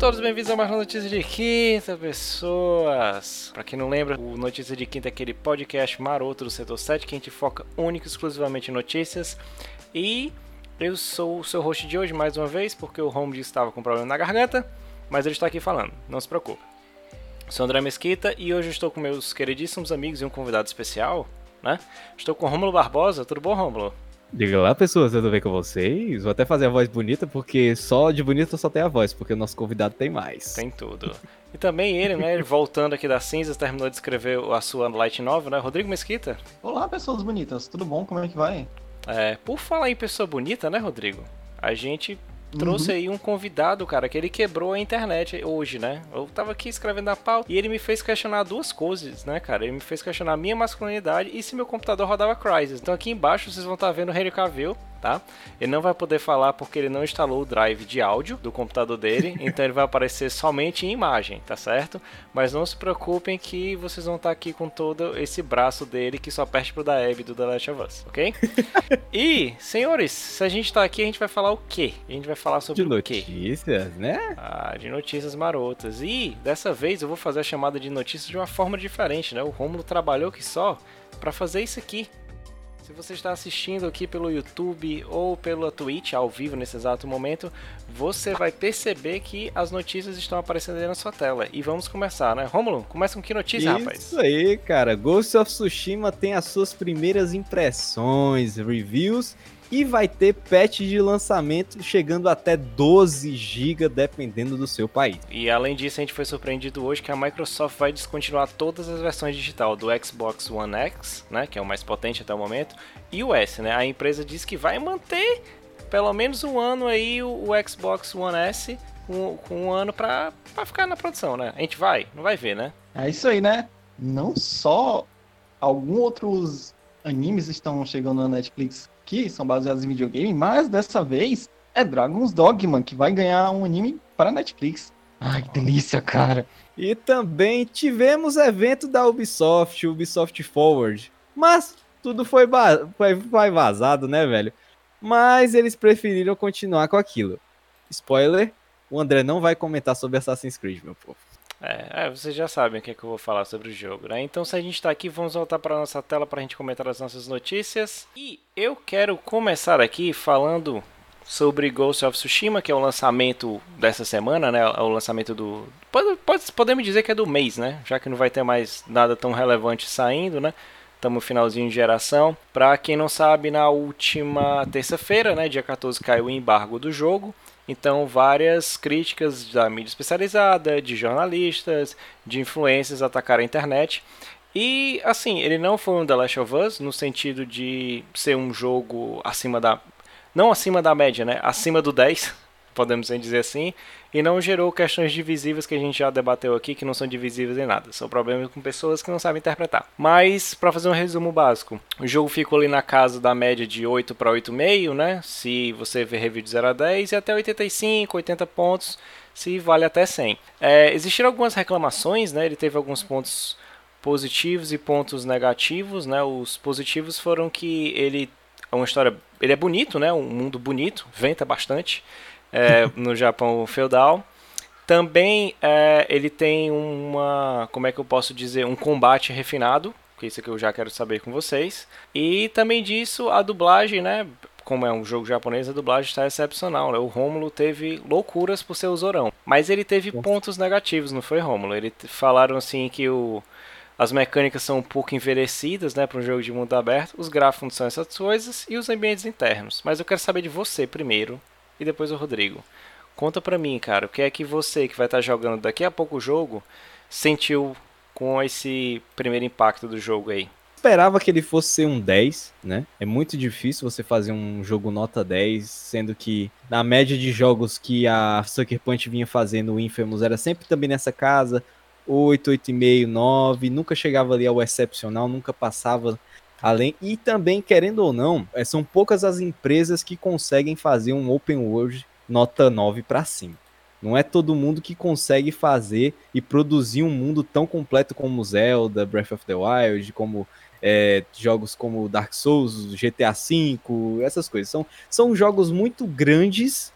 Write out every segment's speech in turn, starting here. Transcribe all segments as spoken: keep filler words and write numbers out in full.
todos bem-vindos a mais uma Notícia de Quinta, pessoas! Pra quem não lembra, o Notícia de Quinta é aquele podcast maroto do Setor sete que a gente foca único e exclusivamente em notícias. E eu sou o seu host de hoje mais uma vez, porque o Romulo estava com problema na garganta, mas ele está aqui falando, não se preocupe. Sou André Mesquita e hoje eu estou com meus queridíssimos amigos e um convidado especial, né? Estou com o Rômulo Barbosa. Tudo bom, Rômulo? Diga lá, pessoas, tudo bem com vocês? Vou até fazer a voz bonita, porque só de bonita só tem a voz, porque o nosso convidado tem mais. Tem tudo. E também ele, né, ele voltando aqui das cinzas, terminou de escrever a sua light novel, né, Rodrigo Mesquita. Olá, pessoas bonitas, tudo bom? Como é que vai? É, por falar em pessoa bonita, né, Rodrigo? A gente trouxe uhum. aí um convidado, cara, que ele quebrou a internet hoje, né? Eu tava aqui escrevendo a pauta e ele me fez questionar duas coisas, né, cara? Ele me fez questionar a minha masculinidade e se meu computador rodava Crysis. Então aqui embaixo vocês vão estar vendo o Henry Cavill, tá? Ele não vai poder falar porque ele não instalou o drive de áudio do computador dele, então ele vai aparecer somente em imagem, tá certo? Mas não se preocupem que vocês vão estar aqui com todo esse braço dele que só perde pro da Abby do The Last of Us, ok? E, senhores, se a gente tá aqui, a gente vai falar o quê? A gente vai falar sobre de o quê? De notícias, né? Ah, de notícias marotas. E, dessa vez, eu vou fazer a chamada de notícias de uma forma diferente, né? O Rômulo trabalhou aqui só pra fazer isso aqui. Se você está assistindo aqui pelo YouTube ou pela Twitch ao vivo nesse exato momento, você vai perceber que as notícias estão aparecendo aí na sua tela. E vamos começar, né? Rômulo, começa com que notícia, Isso rapaz? Isso aí, cara. Ghost of Tsushima tem as suas primeiras impressões, reviews e vai ter patch de lançamento chegando até doze gigas dependendo do seu país. E além disso, a gente foi surpreendido hoje que a Microsoft vai descontinuar todas as versões digital do Xbox One X, né, que é o mais potente até o momento, e o S, né? A empresa diz que vai manter pelo menos um ano aí o, o Xbox One S com, com um ano pra, pra ficar na produção, né? A gente vai? Não vai ver, né? É isso aí, né? Não só alguns outros animes estão chegando na Netflix que são baseados em videogame, mas dessa vez é Dragon's Dogma, que vai ganhar um anime para a Netflix. Ai, que delícia, cara. E também tivemos evento da Ubisoft, Ubisoft Forward. Mas tudo foi, ba- foi, foi vazado, né, velho? Mas eles preferiram continuar com aquilo. Spoiler, o André não vai comentar sobre Assassin's Creed, meu povo. É, é, vocês já sabem o que, é que eu vou falar sobre o jogo, né? Então, se a gente tá aqui, vamos voltar para nossa tela para a gente comentar as nossas notícias. E eu quero começar aqui falando sobre Ghost of Tsushima, que é o lançamento dessa semana, né? O lançamento do... Pode, pode, podemos dizer que é do mês, né? Já que não vai ter mais nada tão relevante saindo, né? Estamos no finalzinho de geração. Para quem não sabe, na última terça-feira, né, dia quatorze, caiu o embargo do jogo. Então, várias críticas da mídia especializada, de jornalistas, de influencers atacaram a internet. E, assim, ele não foi um The Last of Us, no sentido de ser um jogo acima da... Não acima da média, né? Acima do dez, podemos dizer assim. E não gerou questões divisivas que a gente já debateu aqui, que não são divisíveis em nada. São problemas com pessoas que não sabem interpretar. Mas, para fazer um resumo básico, o jogo ficou ali na casa da média de oito para oito vírgula cinco, né? Se você ver review de zero a dez, e até oitenta e cinco, oitenta pontos, se vale até cem. É, existiram algumas reclamações, né? Ele teve alguns pontos positivos e pontos negativos, né? Os positivos foram que ele é uma história... Ele é bonito, né? Um mundo bonito, venta bastante. É, no Japão feudal. Também é, ele tem uma, como é que eu posso dizer, um combate refinado, que isso que eu já quero saber com vocês. E também disso, a dublagem, né? Como é um jogo japonês, a dublagem está excepcional, né? O Rômulo teve loucuras por ser o Zorão, mas ele teve Nossa. pontos negativos, não foi, Rômulo? Eles falaram assim que o as mecânicas são um pouco envelhecidas, né, para um jogo de mundo aberto, os gráficos não são essas coisas e os ambientes internos. Mas eu quero saber de você primeiro e depois o Rodrigo. Conta pra mim, cara, o que é que você, que vai estar jogando daqui a pouco o jogo, sentiu com esse primeiro impacto do jogo aí? Esperava que ele fosse ser um dez, né? É muito difícil você fazer um jogo nota dez, sendo que na média de jogos que a Sucker Punch vinha fazendo, o Infamous era sempre também nessa casa, oito, oito vírgula cinco, nove, nunca chegava ali ao excepcional, nunca passava além. E também, querendo ou não, são poucas as empresas que conseguem fazer um open world nota nove para cima. Não é todo mundo que consegue fazer e produzir um mundo tão completo como Zelda, Breath of the Wild, como é, jogos como Dark Souls, G T A cinco, essas coisas. São, são jogos muito grandes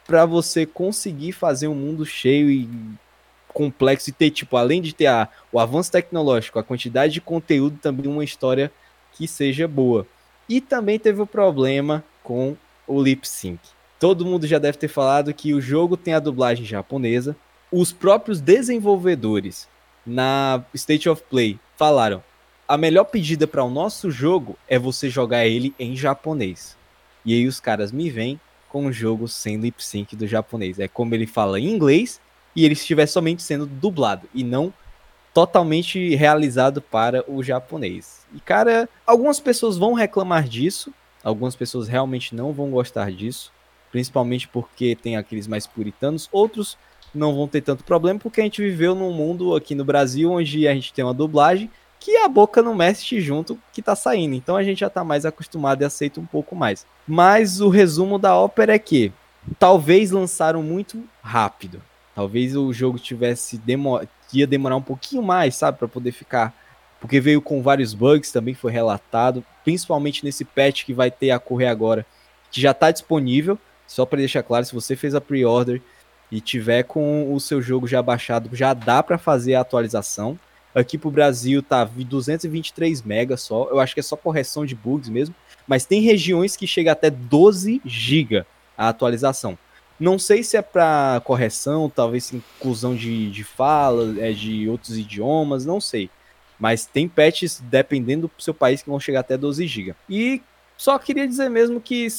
pra você conseguir fazer um mundo cheio e complexo e ter, tipo, além de ter a, o avanço tecnológico, a quantidade de conteúdo, também uma história que seja boa. E também teve o problema com o lip sync. Todo mundo já deve ter falado que o jogo tem a dublagem japonesa. Os próprios desenvolvedores na State of Play falaram: a melhor pedida para o nosso jogo é você jogar ele em japonês. E aí os caras me vêm com o jogo sem lip sync do japonês. É como ele fala em inglês e ele estiver somente sendo dublado e não totalmente realizado para o japonês. E, cara, algumas pessoas vão reclamar disso, algumas pessoas realmente não vão gostar disso, principalmente porque tem aqueles mais puritanos, outros não vão ter tanto problema, porque a gente viveu num mundo aqui no Brasil, onde a gente tem uma dublagem que a boca não mexe junto que tá saindo, então a gente já tá mais acostumado e aceita um pouco mais. Mas o resumo da ópera é que talvez lançaram muito rápido, talvez o jogo tivesse demo... ia demorar um pouquinho mais, sabe, para poder ficar, porque veio com vários bugs, também foi relatado, principalmente nesse patch que vai ter a correr agora, que já tá disponível. Só para deixar claro, se você fez a pre-order e tiver com o seu jogo já baixado, já dá para fazer a atualização. Aqui pro Brasil tá duzentos e vinte e três megas só, eu acho que é só correção de bugs mesmo, mas tem regiões que chega até doze gigas a atualização. Não sei se é para correção, talvez inclusão de, de fala, é, de outros idiomas, não sei. Mas tem patches, dependendo do seu país, que vão chegar até doze gigas. E só queria dizer mesmo que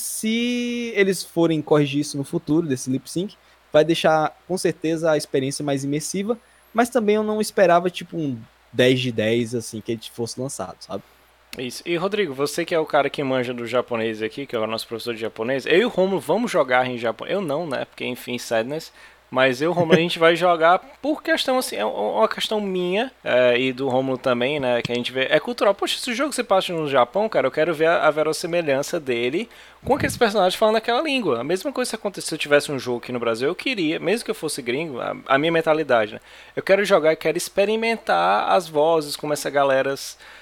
se eles forem corrigir isso no futuro, desse lip sync, vai deixar com certeza a experiência mais imersiva, mas também eu não esperava tipo um dez de dez assim que ele fosse lançado, sabe? Isso. E Rodrigo, você que é o cara que manja do japonês aqui, que é o nosso professor de japonês, eu e o Romulo vamos jogar em japonês. Eu não, né? Porque enfim, sadness. Mas eu e o Romulo a gente vai jogar por questão, assim, é uma questão minha é, e do Romulo também, né? Que a gente vê. É cultural. Poxa, se o jogo se passa no Japão, cara, eu quero ver a, a verossimilhança dele com aqueles personagens falando aquela língua. A mesma coisa se acontecesse se eu tivesse um jogo aqui no Brasil, eu queria, mesmo que eu fosse gringo, a, a minha mentalidade, né? Eu quero jogar e quero experimentar as vozes, como essa galera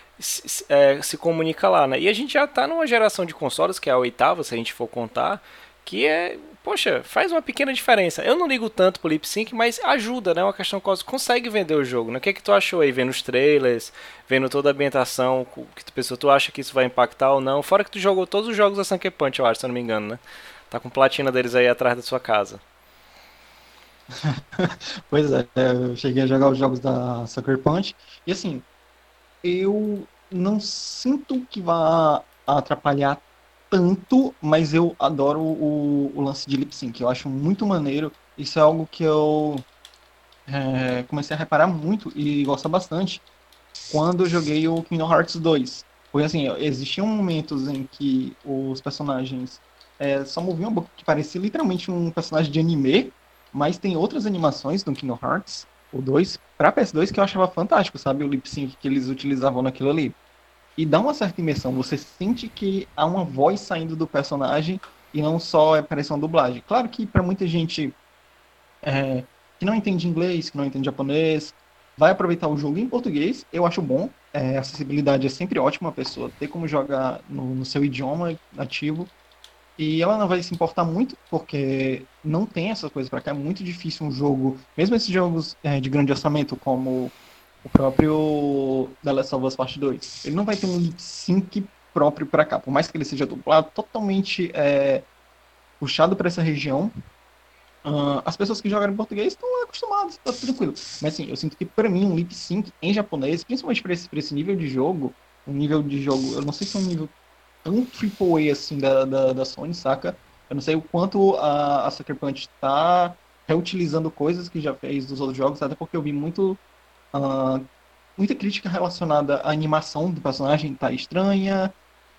se, é, se comunica lá, né? E a gente já tá numa geração de consoles, que é a oitava, se a gente for contar, que é, poxa, faz uma pequena diferença. Eu não ligo tanto pro lip sync, mas ajuda, né? Uma questão que consegue vender o jogo, né? O que é que tu achou aí, vendo os trailers, vendo toda a ambientação, que tu pensou, tu acha que isso vai impactar ou não? Fora que tu jogou todos os jogos da Sucker Punch, eu acho, se eu não me engano, né? Tá com platina deles aí atrás da sua casa. Pois é, eu cheguei a jogar os jogos da Sucker Punch, e assim, eu não sinto que vá atrapalhar tanto, mas eu adoro o, o lance de lip sync. Eu acho muito maneiro. Isso é algo que eu é, comecei a reparar muito e gosto bastante quando eu joguei o Kingdom Hearts dois. Foi assim, existiam momentos em que os personagens é, só moviam a boca, que parecia literalmente um personagem de anime, mas tem outras animações do Kingdom Hearts, o dois, pra P S dois, que eu achava fantástico, sabe? O lip sync que eles utilizavam naquilo ali. E dá uma certa imersão, você sente que há uma voz saindo do personagem e não só parece uma dublagem. Claro que para muita gente é, que não entende inglês, que não entende japonês, vai aproveitar o jogo em português, eu acho bom. É, a acessibilidade é sempre ótima, a pessoa ter como jogar no, no seu idioma nativo. E ela não vai se importar muito, porque não tem essas coisas para cá. É muito difícil um jogo, mesmo esses jogos é, de grande orçamento, como o próprio The Last of Us Part dois, ele não vai ter um lip sync próprio para cá. Por mais que ele seja dublado, totalmente é, puxado para essa região. Uh, as pessoas que jogam em português estão acostumadas, tá tranquilo. Mas assim, eu sinto que para mim um lip sync em japonês, principalmente para esse, pra esse nível de jogo, um nível de jogo, eu não sei se é um nível tão triple A assim da, da, da Sony, saca? Eu não sei o quanto a, a Sucker Punch tá reutilizando coisas que já fez dos outros jogos, até porque eu vi muito uh, muita crítica relacionada à animação do personagem tá estranha,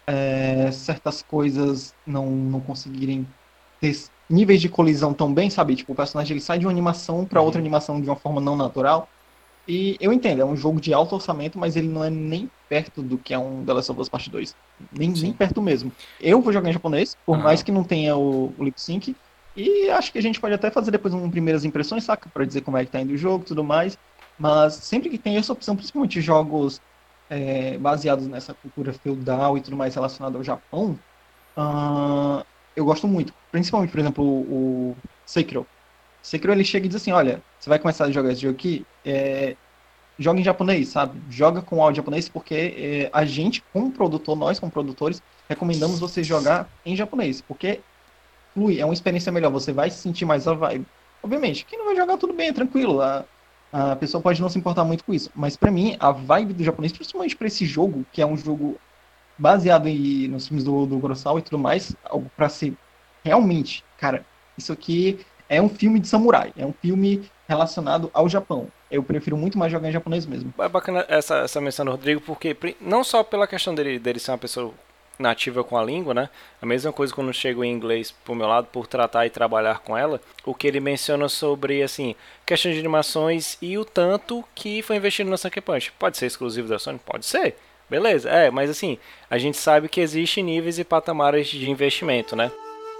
é, certas coisas não, não conseguirem ter níveis de colisão tão bem, sabe? Tipo, o personagem ele sai de uma animação para outra animação de uma forma não natural. E eu entendo, é um jogo de alto orçamento, mas ele não é nem perto do que é um The Last of Us Part dois. Nem, nem perto mesmo. Eu vou jogar em japonês, por uhum. mais que não tenha o, o lip sync. E acho que a gente pode até fazer depois um primeiras impressões, saca? Pra dizer como é que tá indo o jogo e tudo mais. Mas sempre que tem essa opção, principalmente jogos é, baseados nessa cultura feudal e tudo mais relacionado ao Japão, uh, eu gosto muito. Principalmente, por exemplo, o, o Sekiro. Sekiro, ele chega e diz assim, olha, você vai começar a jogar esse jogo aqui, é, joga em japonês, sabe? Joga com áudio japonês, porque é, a gente, como produtor, nós como produtores, recomendamos você jogar em japonês, porque flui, é uma experiência melhor, você vai se sentir mais a vibe. Obviamente, quem não vai jogar, tudo bem, é tranquilo, a, a pessoa pode não se importar muito com isso, mas pra mim, a vibe do japonês, principalmente pra esse jogo, que é um jogo baseado em, nos filmes do, do Kurosawa e tudo mais, algo pra ser realmente, cara, isso aqui é um filme de samurai, é um filme relacionado ao Japão. Eu prefiro muito mais jogar em japonês mesmo. É bacana essa, essa menção do Rodrigo, porque não só pela questão dele, dele ser uma pessoa nativa com a língua, né? A mesma coisa quando chego em inglês pro meu lado, por tratar e trabalhar com ela, o que ele menciona sobre, assim, questão de animações e o tanto que foi investido na Sucker Punch. Pode ser exclusivo da Sony? Pode ser. Beleza, é, mas assim, a gente sabe que existe níveis e patamares de investimento, né?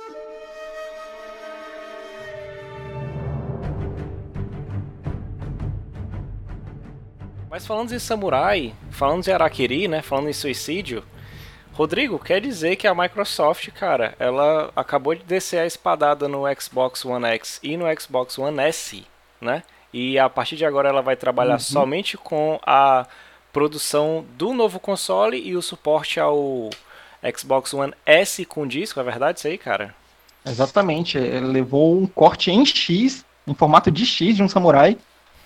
Mas falando em samurai, falando em Harakiri, né, falando em suicídio, Rodrigo, quer dizer que a Microsoft, cara, ela acabou de descer a espadada no Xbox One X e no Xbox One S, né? E a partir de agora ela vai trabalhar uhum. somente com a produção do novo console e o suporte ao Xbox One S com disco, é verdade isso aí, cara? Exatamente, ele levou um corte em X, em formato de X de um samurai,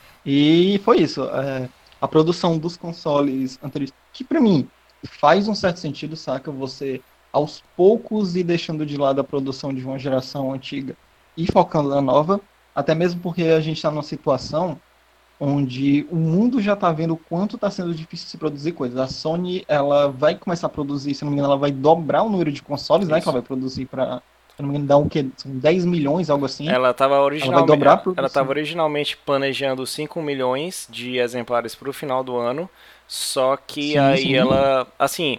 e foi isso. É, a produção dos consoles anteriores, que pra mim faz um certo sentido, saca? Você, aos poucos, ir deixando de lado a produção de uma geração antiga e focando na nova, até mesmo porque a gente está numa situação onde o mundo já está vendo o quanto está sendo difícil se produzir coisas. A Sony, ela vai começar a produzir, se não me engano, ela vai dobrar o número de consoles, né, que ela vai produzir para, se não me engano, dá o quê? São dez milhões, algo assim. Ela estava originalmente, ela ela estava originalmente planejando cinco milhões de exemplares para o final do ano, só que sim, aí sim. ela, assim,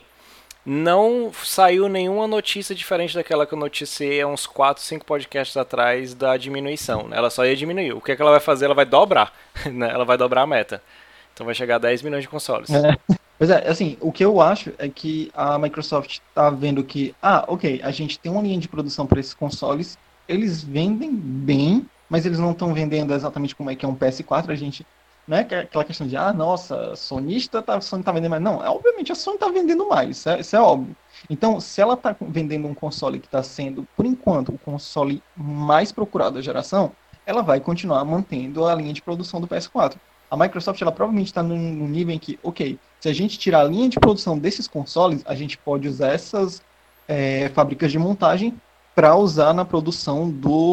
não saiu nenhuma notícia diferente daquela que eu noticiei há uns quatro, cinco podcasts atrás da diminuição. Ela só ia diminuir. O que, é que ela vai fazer? Ela vai dobrar. Né? Ela vai dobrar a meta. Então vai chegar a dez milhões de consoles. É. Pois é, assim, o que eu acho é que a Microsoft tá vendo que, ah, ok, a gente tem uma linha de produção para esses consoles, eles vendem bem, mas eles não estão vendendo exatamente como é que é um P S quatro, a gente... Não é aquela questão de, ah, nossa, sonista, tá, a Sony tá vendendo mais. Não, é, obviamente a Sony tá vendendo mais, isso é, isso é óbvio. Então, se ela tá vendendo um console que está sendo, por enquanto, o console mais procurado da geração, ela vai continuar mantendo a linha de produção do P S quatro. A Microsoft, ela provavelmente está num, num nível em que, ok, se a gente tirar a linha de produção desses consoles, a gente pode usar essas é, fábricas de montagem para usar na produção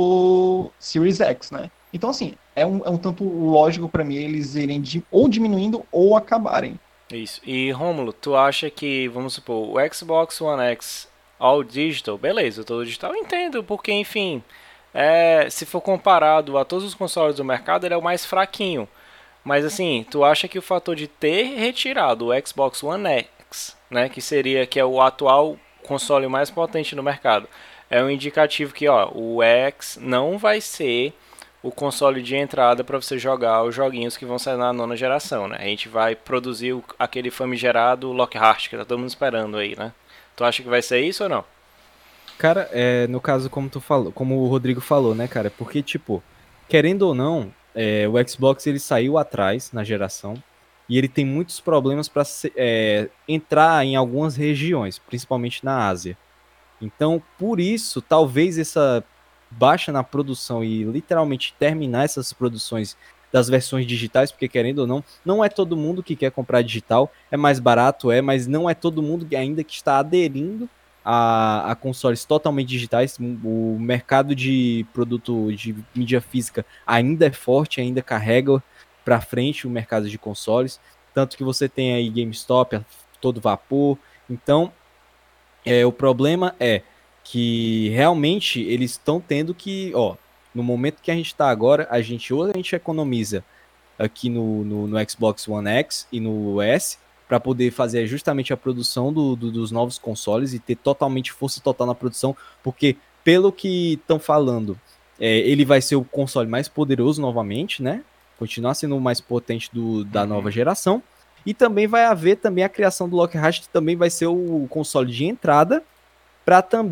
do Series X, né? Então, assim, é um, é um tanto lógico para mim eles irem de, ou diminuindo ou acabarem. Isso. E, Rômulo, tu acha que, vamos supor, o Xbox One X All Digital, beleza, todo digital, eu entendo, porque, enfim, é, se for comparado a todos os consoles do mercado, ele é o mais fraquinho. Mas, assim, tu acha que o fator de ter retirado o Xbox One X, né, que seria, que é o atual console mais potente no mercado, é um indicativo que, ó, o X não vai ser o console de entrada para você jogar os joguinhos que vão sair na nona geração, né? A gente vai produzir o, aquele famigerado Lockhart que tá todo mundo esperando aí, né? Tu acha que vai ser isso ou não? Cara, é, no caso, como tu falou, como o Rodrigo falou, né, cara? Porque, tipo, querendo ou não, é, o Xbox ele saiu atrás na geração e ele tem muitos problemas para é, entrar em algumas regiões, principalmente na Ásia. Então, por isso, talvez essa baixa na produção e literalmente terminar essas produções das versões digitais, porque querendo ou não, não é todo mundo que quer comprar digital, é mais barato, é, mas não é todo mundo que ainda que está aderindo a, a consoles totalmente digitais. O mercado de produto de mídia física ainda é forte, ainda carrega para frente o mercado de consoles, tanto que você tem aí GameStop a todo vapor. Então, é, o problema é que realmente eles estão tendo que, ó, no momento que a gente está agora, a gente ou a gente economiza aqui no, no, no Xbox One X e no S para poder fazer justamente a produção do, do, dos novos consoles e ter totalmente força total na produção, porque pelo que estão falando, é, ele vai ser o console mais poderoso novamente, né? Continuar sendo o mais potente do, da uhum. nova geração. E também vai haver também a criação do Lockhart, que também vai ser o console de entrada, para também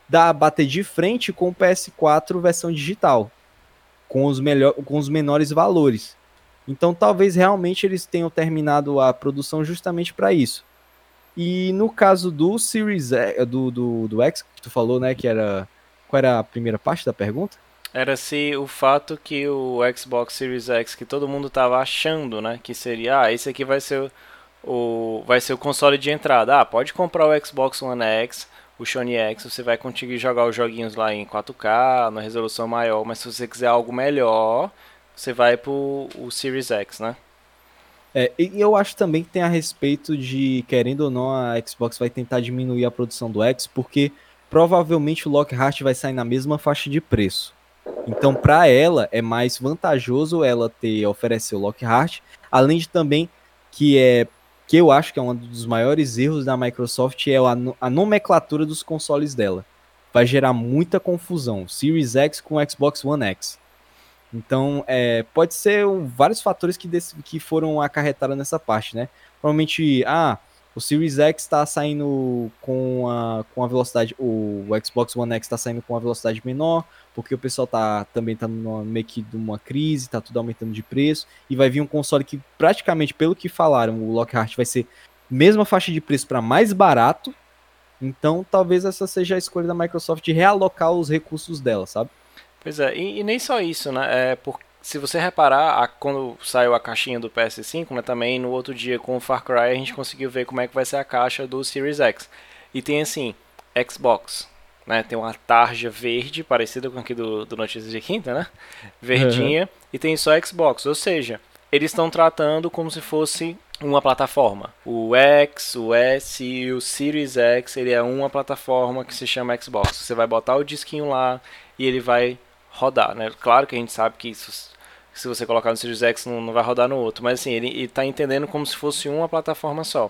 dar, bater de frente com o P S quatro versão digital, com os, melhor, com os menores valores. Então talvez realmente eles tenham terminado a produção justamente para isso. E no caso do Series X, do, do, do X, que tu falou, né, que era... Qual era a primeira parte da pergunta? Era se o fato que o Xbox Series X, que todo mundo tava achando, né, que seria, ah, esse aqui vai ser o, vai ser o console de entrada. Ah, pode comprar o Xbox One X, o Sony X, você vai conseguir jogar os joguinhos lá em quatro K, na resolução maior, mas se você quiser algo melhor, você vai pro o Series X, né? É, e eu acho também que tem a respeito de, querendo ou não, a Xbox vai tentar diminuir a produção do X, porque provavelmente o Lockhart vai sair na mesma faixa de preço. Então, para ela, é mais vantajoso ela ter oferecer o Lockhart, além de também que é que eu acho que é um dos maiores erros da Microsoft é a, a nomenclatura dos consoles dela. Vai gerar muita confusão. Series X com Xbox One X. Então, é, pode ser um, vários fatores que, desse, que foram acarretados nessa parte, né? Provavelmente, ah, o Series X está saindo com a, com a velocidade, o, o Xbox One X está saindo com a velocidade menor, porque o pessoal tá, também está meio que numa crise, está tudo aumentando de preço, e vai vir um console que praticamente, pelo que falaram, o Lockhart vai ser mesma faixa de preço para mais barato, então talvez essa seja a escolha da Microsoft de realocar os recursos dela, sabe? Pois é, e, e nem só isso, né? É por, se você reparar, a, quando saiu a caixinha do P S cinco, né, também no outro dia com o Far Cry a gente conseguiu ver como é que vai ser a caixa do Series X. E tem assim, Xbox, né? Tem uma tarja verde, parecida com aqui do, do Notícias de Quinta, né? Verdinha, uhum. E tem só Xbox, ou seja, eles estão tratando como se fosse uma plataforma. O X, o S e o Series X, ele é uma plataforma que se chama Xbox. Você vai botar o disquinho lá e ele vai rodar, né? Claro que a gente sabe que isso, se você colocar no Series X não, não vai rodar no outro, mas assim, ele está entendendo como se fosse uma plataforma só.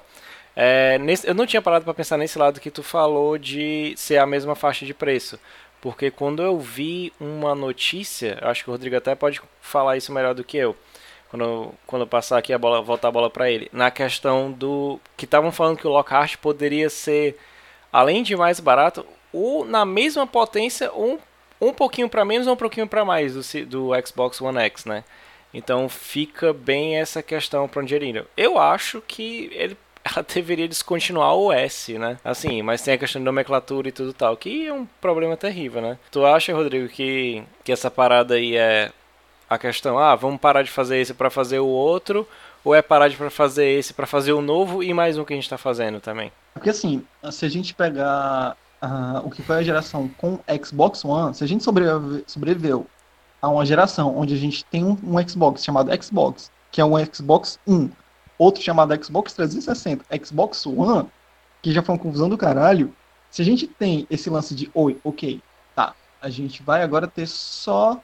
É, nesse, eu não tinha parado para pensar nesse lado que tu falou de ser a mesma faixa de preço, porque quando eu vi uma notícia, eu acho que o Rodrigo até pode falar isso melhor do que eu, quando, quando eu passar aqui a bola, voltar a bola para ele, na questão do que estavam falando que o Lockhart poderia ser, além de mais barato, ou na mesma potência, um um pouquinho para menos ou um pouquinho para mais do, do Xbox One X, né? Então fica bem essa questão para onde ele indo. Eu acho que ele, ela deveria descontinuar o S, né? Assim, mas tem a questão de nomenclatura e tudo tal, que é um problema terrível, né? Tu acha, Rodrigo, que, que essa parada aí é a questão, ah, vamos parar de fazer esse para fazer o outro, ou é parar de fazer esse para fazer o novo e mais um que a gente tá fazendo também? Porque assim, se a gente pegar Uh, o que foi a geração com Xbox One, se a gente sobrevive, sobreviveu a uma geração onde a gente tem um, um Xbox chamado Xbox, que é um Xbox One, outro chamado Xbox trezentos e sessenta, Xbox One, que já foi uma confusão do caralho, se a gente tem esse lance de, oi, ok, tá, a gente vai agora ter só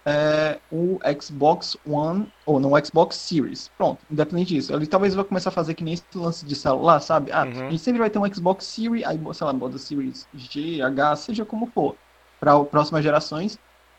é, o Xbox One, ou não, o Xbox Series, pronto, independente disso, ele talvez vai começar a fazer que nem esse lance de celular, sabe, ah, uhum. A gente sempre vai ter um Xbox Series, aí, sei lá, bota Series G, H, seja como for, para próximas gerações,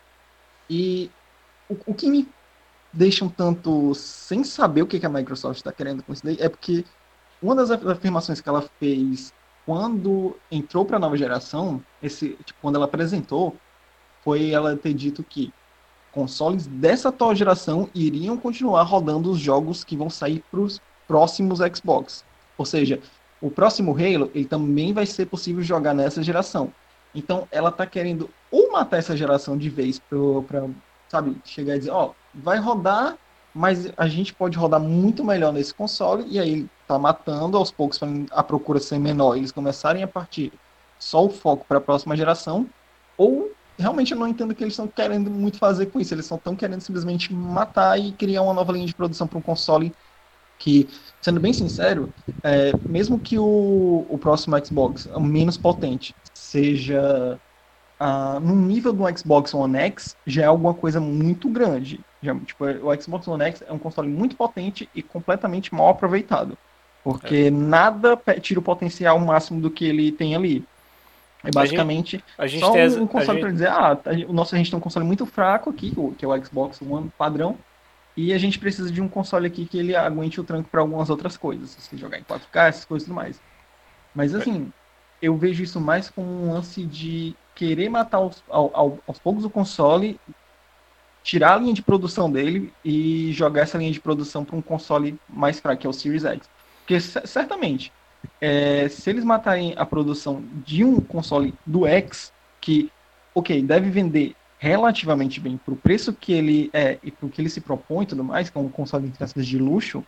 e o, o que me deixa um tanto sem saber o que, que a Microsoft está querendo com isso daí, é porque uma das afirmações que ela fez quando entrou para a nova geração, esse, tipo, quando ela apresentou, foi ela ter dito que consoles dessa atual geração iriam continuar rodando os jogos que vão sair para os próximos Xbox. Ou seja, o próximo Halo ele também vai ser possível jogar nessa geração. Então, ela está querendo ou matar essa geração de vez para, sabe, chegar e dizer, ó, oh, vai rodar, mas a gente pode rodar muito melhor nesse console, e aí ele está matando aos poucos para a procura ser menor, eles começarem a partir só o foco para a próxima geração, ou realmente eu não entendo o que eles estão querendo muito fazer com isso. Eles estão querendo simplesmente matar e criar uma nova linha de produção para um console que, sendo bem sincero, é, mesmo que o, o próximo Xbox, menos potente, seja uh, no nível do Xbox One X, já é alguma coisa muito grande. Já, tipo, o Xbox One X é um console muito potente e completamente mal aproveitado. Porque é. nada tira o potencial máximo do que ele tem ali. É basicamente a gente, a gente só tem um, um console gente... para dizer, ah, o nosso, a gente tem um console muito fraco aqui, que é o Xbox One padrão, e a gente precisa de um console aqui que ele aguente o tranco para algumas outras coisas, se jogar em quatro K, essas coisas e tudo mais. Mas assim, eu vejo isso mais como um lance de querer matar aos, ao, ao, aos poucos o console, tirar a linha de produção dele e jogar essa linha de produção para um console mais fraco, que é o Series X. Porque certamente, é, se eles matarem a produção de um console do X, que, ok, deve vender relativamente bem para o preço que ele é e para o que ele se propõe e tudo mais, que é um console entre aspas de luxo,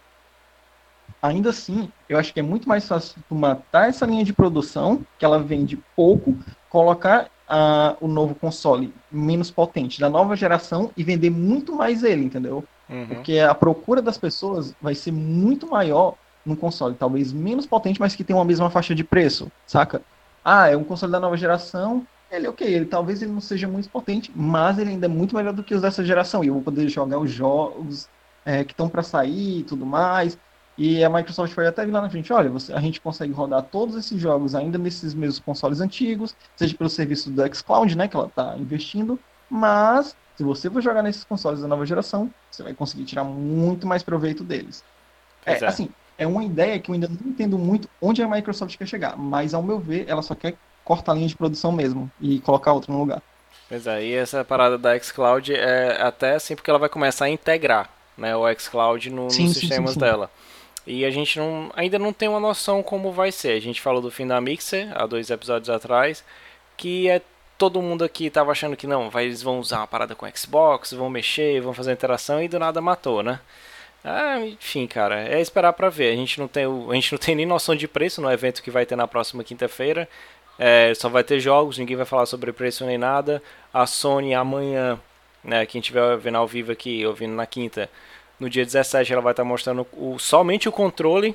ainda assim, eu acho que é muito mais fácil tu matar essa linha de produção, que ela vende pouco, colocar uh, o novo console menos potente da nova geração e vender muito mais ele, entendeu? Uhum. Porque a procura das pessoas vai ser muito maior num console, talvez menos potente, mas que tem uma mesma faixa de preço, saca? Ah, é um console da nova geração, ele ok, ele talvez ele não seja muito potente, mas ele ainda é muito melhor do que os dessa geração, e eu vou poder jogar os jogos é, que estão para sair e tudo mais. E a Microsoft foi até vir lá na frente, olha, você, a gente consegue rodar todos esses jogos ainda nesses mesmos consoles antigos, seja pelo serviço do xCloud, né, que ela está investindo, mas se você for jogar nesses consoles da nova geração, você vai conseguir tirar muito mais proveito deles. É, é. Assim, é uma ideia que eu ainda não entendo muito onde a Microsoft quer chegar, mas ao meu ver, ela só quer cortar a linha de produção mesmo e colocar outra no lugar. Pois é, e essa parada da xCloud é até assim porque ela vai começar a integrar, né, o xCloud no, sim, nos sim, sistemas sim, sim. dela. E a gente não, ainda não tem uma noção como vai ser. A gente falou do fim da Mixer, há dois episódios atrás, que é todo mundo aqui estava achando que não, vai, eles vão usar uma parada com Xbox, vão mexer, vão fazer interação e do nada matou, né? Ah, enfim, cara, é esperar pra ver. A gente não tem, a gente não tem nem noção de preço no evento que vai ter na próxima quinta-feira. É, só vai ter jogos, ninguém vai falar sobre preço nem nada. A Sony amanhã, né, quem estiver vendo ao vivo aqui, ouvindo na quinta, no dia dezessete ela vai estar mostrando o, somente o controle,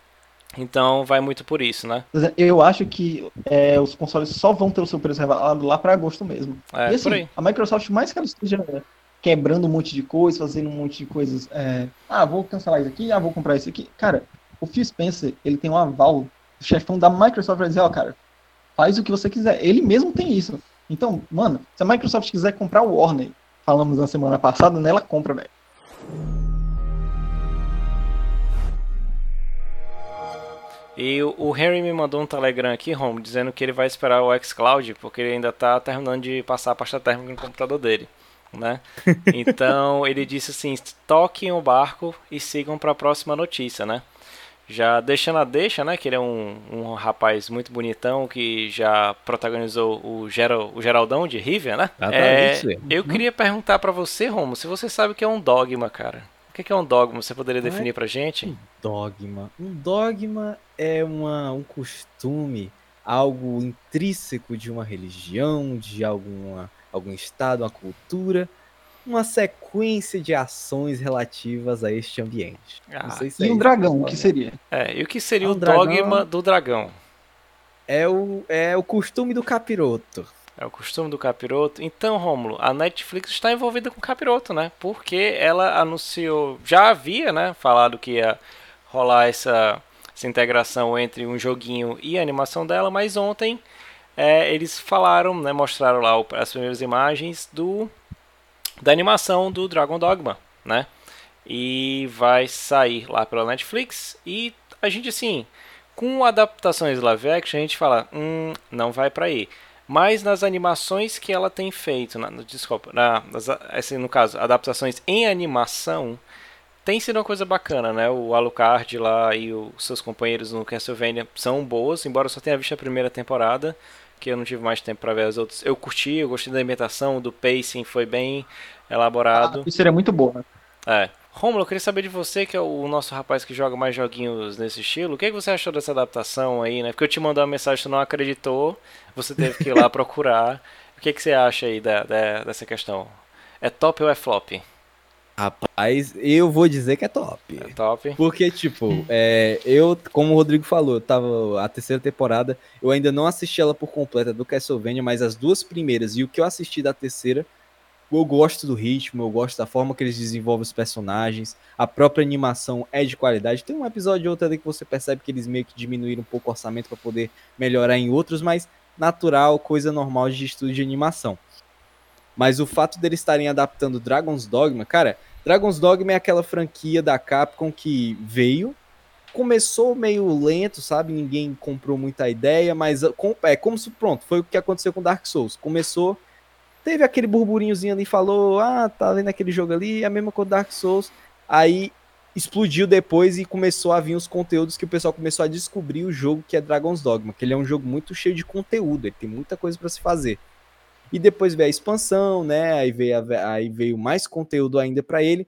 então vai muito por isso, né? Eu acho que é, os consoles só vão ter o seu preço revelado lá para agosto mesmo. É, e assim, por aí. A Microsoft, mais que ela esteja quebrando um monte de coisas, fazendo um monte de coisas, é, ah, vou cancelar isso aqui, ah, vou comprar isso aqui. Cara, o Phil Spencer, ele tem um aval, o chefão da Microsoft vai dizer, ó, oh, cara, faz o que você quiser. Ele mesmo tem isso. Então, mano, se a Microsoft quiser comprar o Warner, falamos na semana passada, né, ela compra, velho. E o Henry me mandou um Telegram aqui, Rom, dizendo que ele vai esperar o xCloud, porque ele ainda está terminando de passar a pasta térmica no computador dele, né? Então ele disse assim, toquem o barco e sigam para a próxima notícia, né? Já deixando a deixa, né? Que ele é um, um rapaz muito bonitão que já protagonizou o, Geral, o Geraldão de Rivia, né? Ah, tá, é, isso, eu queria perguntar para você, Romo, se você sabe o que é um dogma, cara. O que é um dogma? Você poderia definir pra gente? Um dogma. Um dogma é uma, um costume, algo intrínseco de uma religião, de alguma, algum estado, uma cultura, uma sequência de ações relativas a este ambiente. Ah, Não sei se e é um dragão, o que seria? É, e o que seria ah, o dogma dragão do dragão? É o, é o costume do capiroto. É o costume do capiroto. Então, Rômulo, a Netflix está envolvida com o capiroto, né? Porque ela anunciou, já havia, né, falado que ia rolar essa, essa integração entre um joguinho e a animação dela, mas ontem é, eles falaram, né, mostraram lá as primeiras imagens do da animação do Dragon Dogma, né? E vai sair lá pela Netflix e a gente, assim, com adaptações live action, a gente fala, hum, não vai pra aí. Mas nas animações que ela tem feito, na, desculpa, na, nas, assim, no caso, adaptações em animação, tem sido uma coisa bacana, né? O Alucard lá e os seus companheiros no Castlevania são boas, embora eu só tenha visto a primeira temporada, que eu não tive mais tempo para ver as outras. Eu curti, eu gostei da ambientação, do pacing, foi bem elaborado. Ah, isso seria muito bom, né? É. Rômulo, eu queria saber de você, que é o nosso rapaz que joga mais joguinhos nesse estilo. O que, é que você achou dessa adaptação aí, né? Porque eu te mandei uma mensagem, você não acreditou, você teve que ir lá procurar. O que, é que você acha aí da, da, dessa questão? É top ou é flop? Rapaz, eu vou dizer que é top. É top. Porque, tipo, é, eu, como o Rodrigo falou, eu tava a terceira temporada, eu ainda não assisti ela por completa do Castlevania, mas as duas primeiras e o que eu assisti da terceira, eu gosto do ritmo, eu gosto da forma que eles desenvolvem os personagens, a própria animação é de qualidade. Tem um episódio ou outro ali que você percebe que eles meio que diminuíram um pouco o orçamento para poder melhorar em outros, mas natural, coisa normal de estúdio de animação. Mas o fato deles estarem adaptando Dragon's Dogma, cara, Dragon's Dogma é aquela franquia da Capcom que veio, começou meio lento, sabe? Ninguém comprou muita ideia, mas é como se, pronto, foi o que aconteceu com Dark Souls. Começou, teve aquele burburinhozinho ali, falou, ah, tá vendo aquele jogo ali, é a mesma coisa Dark Souls. Aí explodiu depois e começou a vir os conteúdos que o pessoal começou a descobrir o jogo que é Dragon's Dogma, que ele é um jogo muito cheio de conteúdo, ele tem muita coisa para se fazer. E depois veio a expansão, né? Aí veio, a, aí veio mais conteúdo ainda para ele.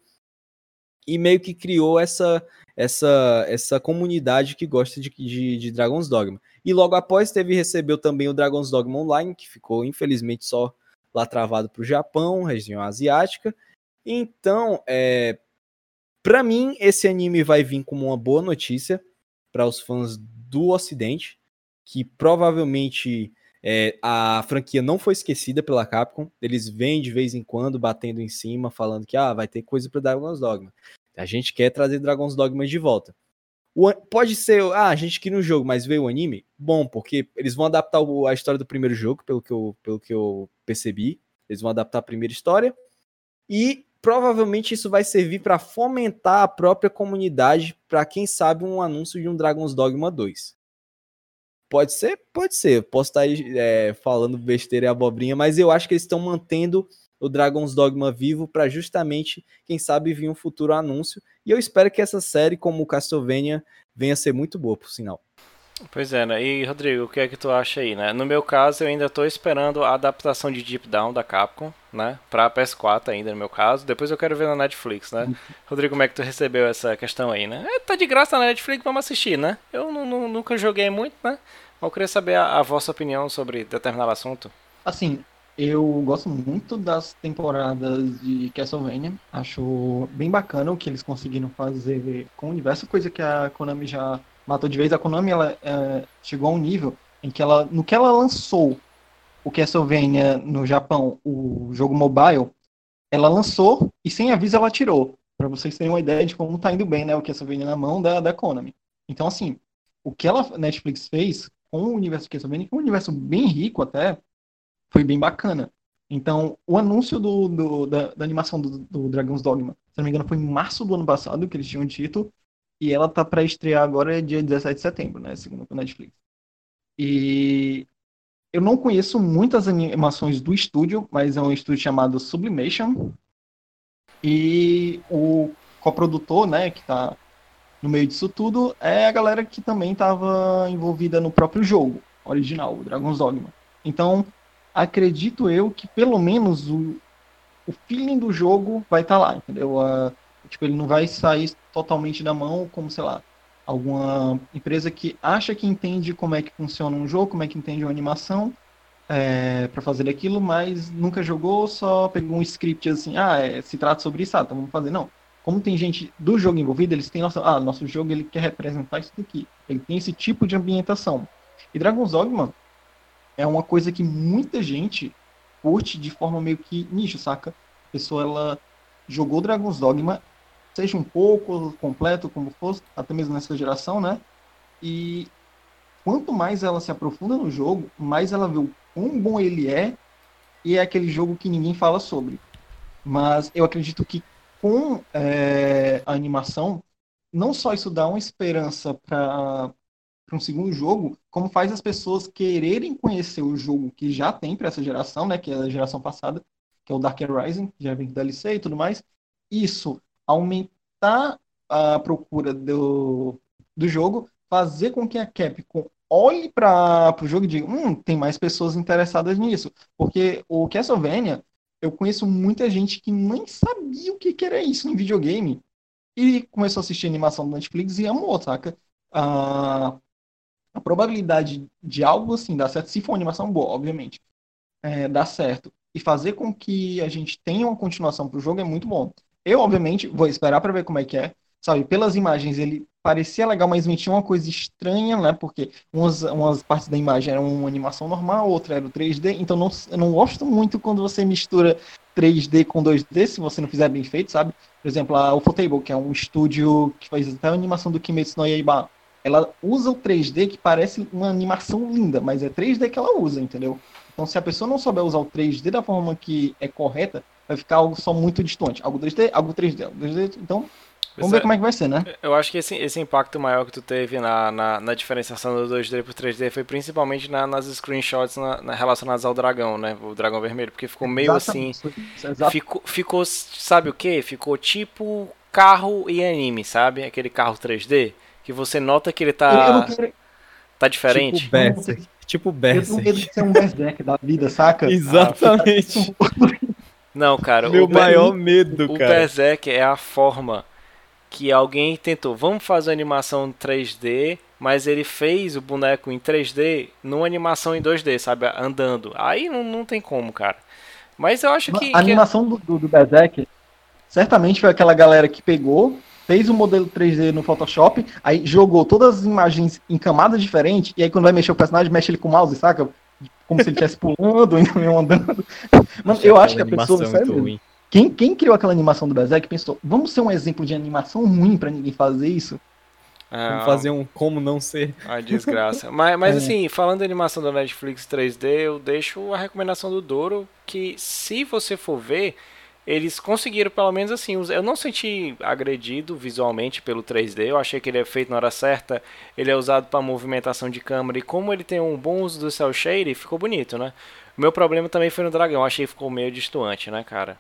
E meio que criou essa, essa, essa comunidade que gosta de, de, de Dragon's Dogma. E logo após teve recebeu também o Dragon's Dogma Online, que ficou infelizmente só lá travado para o Japão, região asiática. Então, é, para mim, esse anime vai vir como uma boa notícia para os fãs do Ocidente, que provavelmente é, a franquia não foi esquecida pela Capcom. Eles vêm de vez em quando batendo em cima, falando que ah, vai ter coisa para Dragon's Dogma. A gente quer trazer Dragon's Dogma de volta. O, pode ser, ah, a gente queria um jogo, mas veio o anime? Bom, porque eles vão adaptar o, a história do primeiro jogo, pelo que, eu, pelo que eu percebi. Eles vão adaptar a primeira história. E provavelmente isso vai servir para fomentar a própria comunidade para, quem sabe, um anúncio de um Dragon's Dogma dois. Pode ser? Pode ser. Posso estar é, falando besteira e abobrinha, mas eu acho que eles estão mantendo o Dragon's Dogma vivo para justamente, quem sabe, vir um futuro anúncio. E eu espero que essa série, como o Castlevania, venha a ser muito boa, por sinal. Pois é, né? E, Rodrigo, o que é que tu acha aí, né? No meu caso, eu ainda tô esperando a adaptação de Deep Down da Capcom, né? Pra P S quatro ainda, no meu caso. Depois eu quero ver na Netflix, né? Rodrigo, como é que tu recebeu essa questão aí, né? É, tá de graça na Netflix, vamos assistir, né? Eu não, não, nunca joguei muito, né? Mas eu queria saber a, a vossa opinião sobre determinado assunto. Assim, eu gosto muito das temporadas de Castlevania. Acho bem bacana o que eles conseguiram fazer com o universo, coisa que a Konami já matou de vez. A Konami ela, é, chegou a um nível em que ela, no que ela lançou o Castlevania no Japão, o jogo mobile, ela lançou e sem aviso ela tirou. Para vocês terem uma ideia de como tá indo bem, né, o Castlevania na mão da, da Konami. Então, assim, o que a Netflix fez com o universo Castlevania, que é um universo bem rico até, foi bem bacana. Então, o anúncio do, do, da, da animação do, do Dragon's Dogma, se não me engano, foi em março do ano passado que eles tinham dito, e ela tá para estrear agora dia dezessete de setembro, né, segundo a Netflix. E eu não conheço muitas animações do estúdio, mas é um estúdio chamado Sublimation, e o coprodutor, né, que tá no meio disso tudo, é a galera que também estava envolvida no próprio jogo original, o Dragon's Dogma. Então, acredito eu que pelo menos o, o feeling do jogo vai estar tá lá, entendeu? A, tipo, ele não vai sair totalmente da mão como, sei lá, alguma empresa que acha que entende como é que funciona um jogo, como é que entende uma animação é, para fazer aquilo, mas nunca jogou, só pegou um script assim, ah, é, se trata sobre isso, ah, então vamos fazer. Não. Como tem gente do jogo envolvida, eles têm noção, ah, nosso jogo ele quer representar isso daqui, ele tem esse tipo de ambientação. E Dragon's Dogma é uma coisa que muita gente curte de forma meio que nicho, saca? A pessoa, ela jogou Dragon's Dogma, seja um pouco, completo, como fosse, até mesmo nessa geração, né? E quanto mais ela se aprofunda no jogo, mais ela vê o quão bom ele é, e é aquele jogo que ninguém fala sobre. Mas eu acredito que com é, a animação, não só isso dá uma esperança para um segundo jogo, como faz as pessoas quererem conhecer o jogo que já tem para essa geração, né, que é a geração passada, que é o Dark Rising, que já vem do D L C e tudo mais. Isso, aumentar a procura do, do jogo, fazer com que a Capcom olhe para o jogo e diga, hum, tem mais pessoas interessadas nisso. Porque o Castlevania, eu conheço muita gente que nem sabia o que, que era isso em videogame e começou a assistir a animação do Netflix e amou, saca? Ah, a probabilidade de algo assim dar certo, se for uma animação boa, obviamente, é, dar certo e fazer com que a gente tenha uma continuação pro jogo é muito bom. Eu, obviamente, vou esperar para ver como é que é. Sabe, pelas imagens ele parecia legal, mas me tinha uma coisa estranha, né? Porque umas, umas partes da imagem eram uma animação normal, outra era o três D. Então não, eu não gosto muito quando você mistura três D com dois D, se você não fizer bem feito, sabe? Por exemplo, a Ufotable, que é um estúdio que faz até a animação do Kimetsu no Yaiba. Ela usa o três D que parece uma animação linda, mas é três D que ela usa, entendeu? Então, se a pessoa não souber usar o três D da forma que é correta, vai ficar algo só muito distante. Algo três D, algo três D, algo três D. Então, Vamos ver como é que vai ser, né? Eu acho que esse, esse impacto maior que tu teve na, na, na diferenciação do dois D pro três D foi principalmente na, nas screenshots na, na, relacionadas ao dragão, né? O dragão vermelho, porque ficou meio Exatamente. assim... Ficou, ficou, sabe o que? Ficou tipo carro e anime, sabe? Aquele carro três D, que você nota que ele tá, Eu, eu não quero... tá diferente. Tipo Berserk. Tipo Eu tenho Berserk. medo de ser um Berserk da vida, saca? Exatamente. Não, cara. Meu o maior Ber... medo, o cara. O Berserk é a forma que alguém tentou, vamos fazer animação três D, mas ele fez o boneco em três D numa animação em dois D, sabe? Andando. Aí não, não tem como, cara. Mas eu acho que... A animação do, do, do Berserk, certamente foi aquela galera que pegou, fez o modelo três D no Photoshop, aí jogou todas as imagens em camadas diferentes, e aí quando vai mexer o personagem, mexe ele com o mouse, saca? Como se ele estivesse pulando, ou andando. Mano, eu acho que a pessoa... Sério, Quem, quem criou aquela animação do Berserk pensou, vamos ser um exemplo de animação ruim pra ninguém fazer isso? Ah, vamos fazer um como não ser. A desgraça. mas mas É. assim, falando da animação da Netflix três D, eu deixo a recomendação do Doro, que se você for ver, eles conseguiram pelo menos assim, eu não senti agredido visualmente pelo três D, eu achei que ele é feito na hora certa, ele é usado para movimentação de câmera, e como ele tem um bom uso do cel shade, ficou bonito, né? O meu problema também foi no dragão, eu achei que ficou meio destoante, né, cara?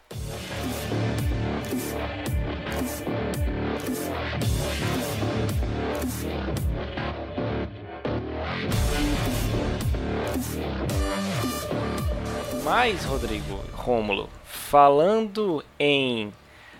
Mas, Rodrigo, Rômulo, falando em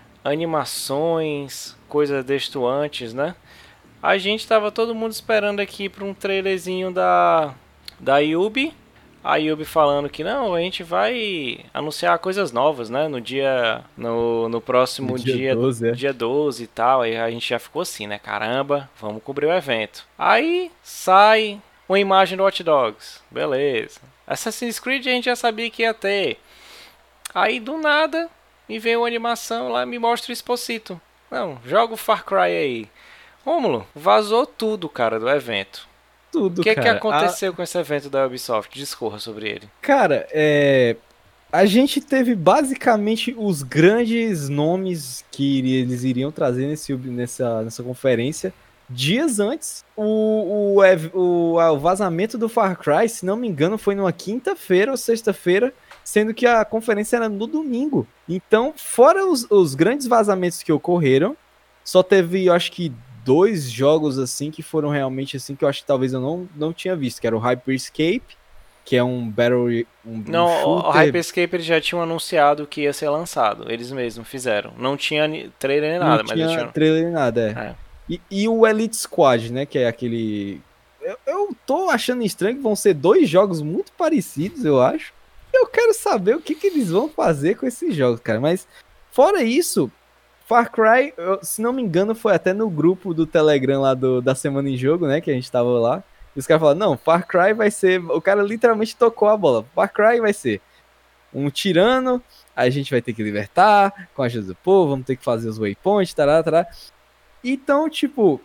animações, coisas destoantes, né? A gente tava todo mundo esperando aqui para um trailerzinho da da Yubi. A Yubi falando que não, a gente vai anunciar coisas novas, né? No dia no, no próximo No dia dia doze, é. dia doze e tal. Aí a gente já ficou assim, né? Caramba, vamos cobrir o evento. Aí sai uma imagem do Watch Dogs. Beleza. Assassin's Creed a gente já sabia que ia ter. Aí do nada me vem uma animação lá e me mostra o Exposito. Não, joga o Far Cry aí. Rômulo, vazou tudo, cara, do evento. Tudo, O que, cara. que aconteceu com esse evento da Ubisoft? Discorra sobre ele. Cara, é... a gente teve basicamente os grandes nomes que eles iriam trazer nesse, nessa, nessa conferência. Dias antes, o, o, o, o vazamento do Far Cry, se não me engano, foi numa quinta-feira ou sexta-feira, sendo que a conferência era no domingo. Então, fora os, os grandes vazamentos que ocorreram, só teve, eu acho que, dois jogos assim que foram realmente assim, que eu acho que talvez eu não, não tinha visto, que era o Hyperscape, que é um Battle... Um, não, um shooter. O Hyperscape eles já tinham anunciado que ia ser lançado, eles mesmos fizeram. Não tinha trailer nem nada, não mas tinha eles tinham... trailer nem nada, é. é. E, e o Elite Squad, né, que é aquele... Eu, eu tô achando estranho que vão ser dois jogos muito parecidos, eu acho. Eu quero saber o que, que eles vão fazer com esses jogos, cara. Mas, fora isso, Far Cry, eu, se não me engano, foi até no grupo do Telegram lá do, da Semana em Jogo, né, que a gente tava lá. E os caras falaram, não, Far Cry vai ser... O cara literalmente tocou a bola. Far Cry vai ser um tirano, a gente vai ter que libertar com a ajuda do povo, vamos ter que fazer os waypoints, tará, tará. Então, tipo,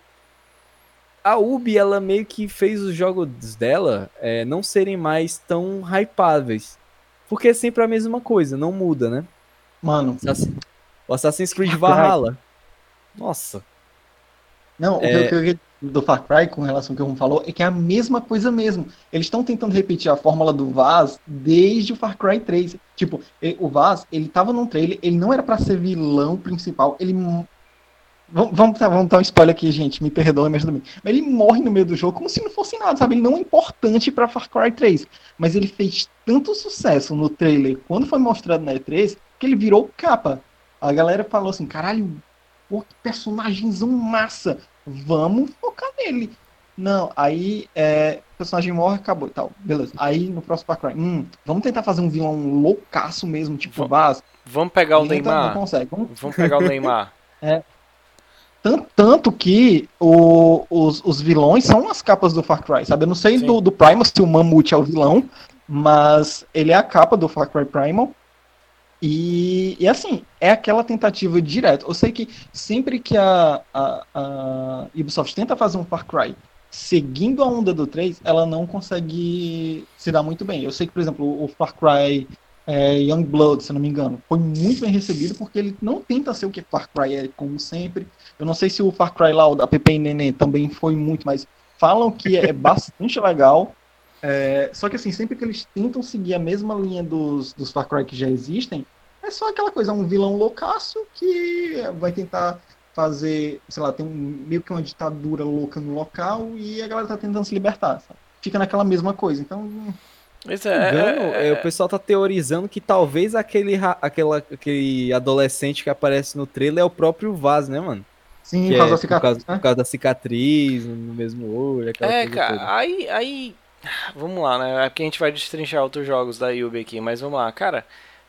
a Ubi, ela meio que fez os jogos dela é, não serem mais tão hypáveis. Porque é sempre a mesma coisa, não muda, né? Mano. Assassin... O Assassin's Creed Valhalla. Nossa. Não, é... o que eu queria do Far Cry, com relação ao que o Ron falou, é que é a mesma coisa mesmo. Eles estão tentando repetir a fórmula do Vaz desde o Far Cry três. Tipo, ele, o Vaz, ele tava num trailer, ele não era pra ser vilão principal, ele... Vamos, vamos, vamos dar um spoiler aqui, gente. Me perdoe, mas tudo bem. Mas ele morre no meio do jogo como se não fosse nada, sabe? Ele não é importante pra Far Cry três. Mas ele fez tanto sucesso no trailer quando foi mostrado na E três que ele virou capa. A galera falou assim, caralho, pô, que personagemzão massa. Vamos focar nele. Não, aí é, o personagem morre, acabou e tal. Beleza. Aí no próximo Far Cry, hum, vamos tentar fazer um vilão loucaço mesmo, tipo V- Vaz. Vamos pegar o Ninguém tá- Neymar. Não consegue. Vamos Vamos pegar o Neymar. Tanto, tanto que o- os, os vilões são as capas do Far Cry, sabe? Eu não sei Sim. do, do Primal se o Mammoth é o vilão, mas ele é a capa do Far Cry Primal. E, e assim, é aquela tentativa direta. Eu sei que sempre que a, a, a Ubisoft tenta fazer um Far Cry seguindo a onda do três, ela não consegue se dar muito bem. Eu sei que, por exemplo, o Far Cry é, Youngblood, se não me engano. Foi muito bem recebido porque ele não tenta ser o que Far Cry é, como sempre. Eu não sei se o Far Cry lá, o da Pepe e Neném, também foi muito, mas falam que é bastante legal. É, só que assim, sempre que eles tentam seguir a mesma linha dos, dos Far Cry que já existem, é só aquela coisa, um vilão loucaço que vai tentar fazer, sei lá, tem um, meio que uma ditadura louca no local e a galera tá tentando se libertar, sabe? Fica naquela mesma coisa, então... Pois Não me é, engano, é, é, é, o pessoal tá teorizando que talvez aquele, ra- aquela, aquele adolescente que aparece no trailer é o próprio Vaz, né, mano? Sim, Que por causa é da por causa, cicatriz, por né? causa da cicatriz no mesmo olho, aquela é, coisa toda. cara, aí, aí, vamos lá, né? É porque a gente vai destrinchar outros jogos da Yubi aqui, mas vamos lá, cara.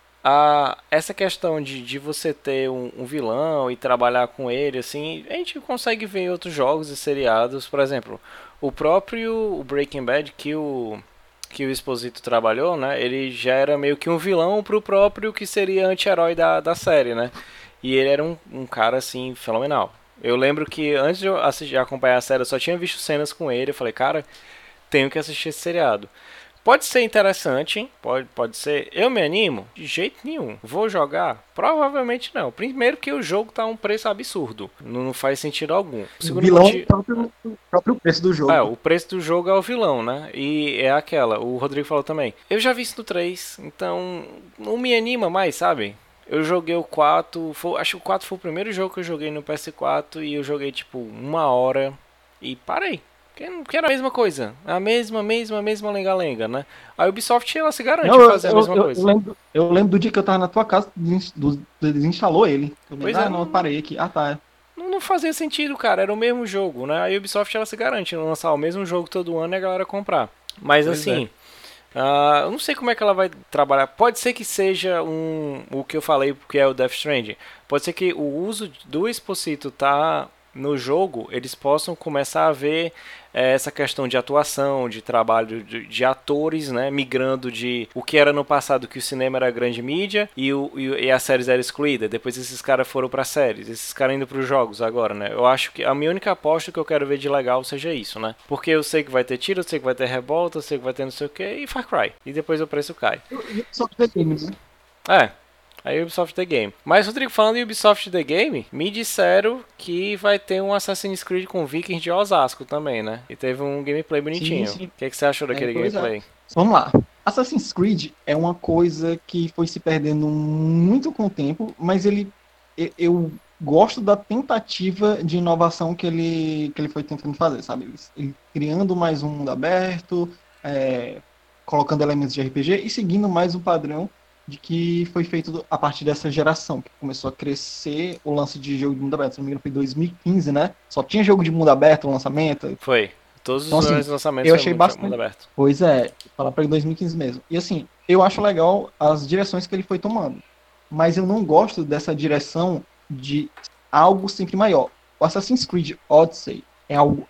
A, essa questão de, de você ter um, um vilão e trabalhar com ele, assim, a gente consegue ver em outros jogos e seriados, por exemplo, o próprio Breaking Bad que o que o Exposito trabalhou, né? Ele já era meio que um vilão pro próprio que seria anti-herói da, da série, né? E ele era um, um cara assim fenomenal. Eu lembro que antes de eu assistir, acompanhar a série, eu só tinha visto cenas com ele. Eu falei, cara, tenho que assistir esse seriado. Pode ser interessante, hein? Pode, pode ser. Eu me animo? De jeito nenhum. Vou jogar? Provavelmente não. Primeiro que o jogo tá um preço absurdo. Não, não faz sentido algum. O Segundo vilão é o motivo... próprio, o próprio preço do É, jogo. o preço do jogo é o vilão, né? E é aquela, o Rodrigo falou também. Eu já vi isso no três, então não me anima mais, sabe? Eu joguei o quatro, foi, acho que o quatro foi o primeiro jogo que eu joguei no P S quatro e eu joguei tipo uma hora e parei. Porque era a mesma coisa, a mesma, mesma, mesma lenga-lenga, né? A Ubisoft ela se garante Não, a eu, fazer a eu, mesma eu, eu coisa. lembro, eu lembro do dia que eu tava na tua casa, des- do- desinstalou ele. Eu lembro, Pois ah, é, não, eu não, parei aqui. Ah, tá. não, não fazia sentido, cara, era o mesmo jogo, né? A Ubisoft ela se garante em lançar o mesmo jogo todo ano e a galera comprar. Mas Pois é. assim, ah, eu não sei como é que ela vai trabalhar. Pode ser que seja um o que eu falei que é o Death Stranding. Pode ser que o uso do Exposito tá no jogo, eles possam começar a ver eh, essa questão de atuação, de trabalho de, de atores, né, migrando de o que era no passado que o cinema era a grande mídia e, o, e, e as séries eram excluídas. Depois esses caras foram para séries, esses caras indo para os jogos agora, né? Eu acho que a minha única aposta que eu quero ver de legal seja isso, né? Porque eu sei que vai ter tiro, eu sei que vai ter revolta, eu sei que vai ter não sei o que e Far Cry. E depois o preço cai. Eu só The Game, né? É, a Ubisoft The Game. Mas, Rodrigo, falando em Ubisoft The Game, me disseram que vai ter um Assassin's Creed com Vikings de Osasco também, né? E teve um gameplay bonitinho. Sim, sim. O que, que você achou daquele É, pois é. gameplay? Vamos lá. Assassin's Creed é uma coisa que foi se perdendo muito com o tempo, mas ele eu, eu gosto da tentativa de inovação que ele, que ele foi tentando fazer, sabe? Ele, ele criando mais um mundo aberto, é, colocando elementos de R P G e seguindo mais o padrão de que foi feito a partir dessa geração, que começou a crescer o lance de jogo de mundo aberto. Se não me engano, foi dois mil e quinze, né? Só tinha jogo de mundo aberto, o lançamento. Foi. Todos os Então, assim, grandes lançamentos eu foi achei muito bastante. mundo aberto. Pois é, falar para dois mil e quinze mesmo. E assim, eu acho legal as direções que ele foi tomando, mas eu não gosto dessa direção de algo sempre maior. O Assassin's Creed Odyssey é algo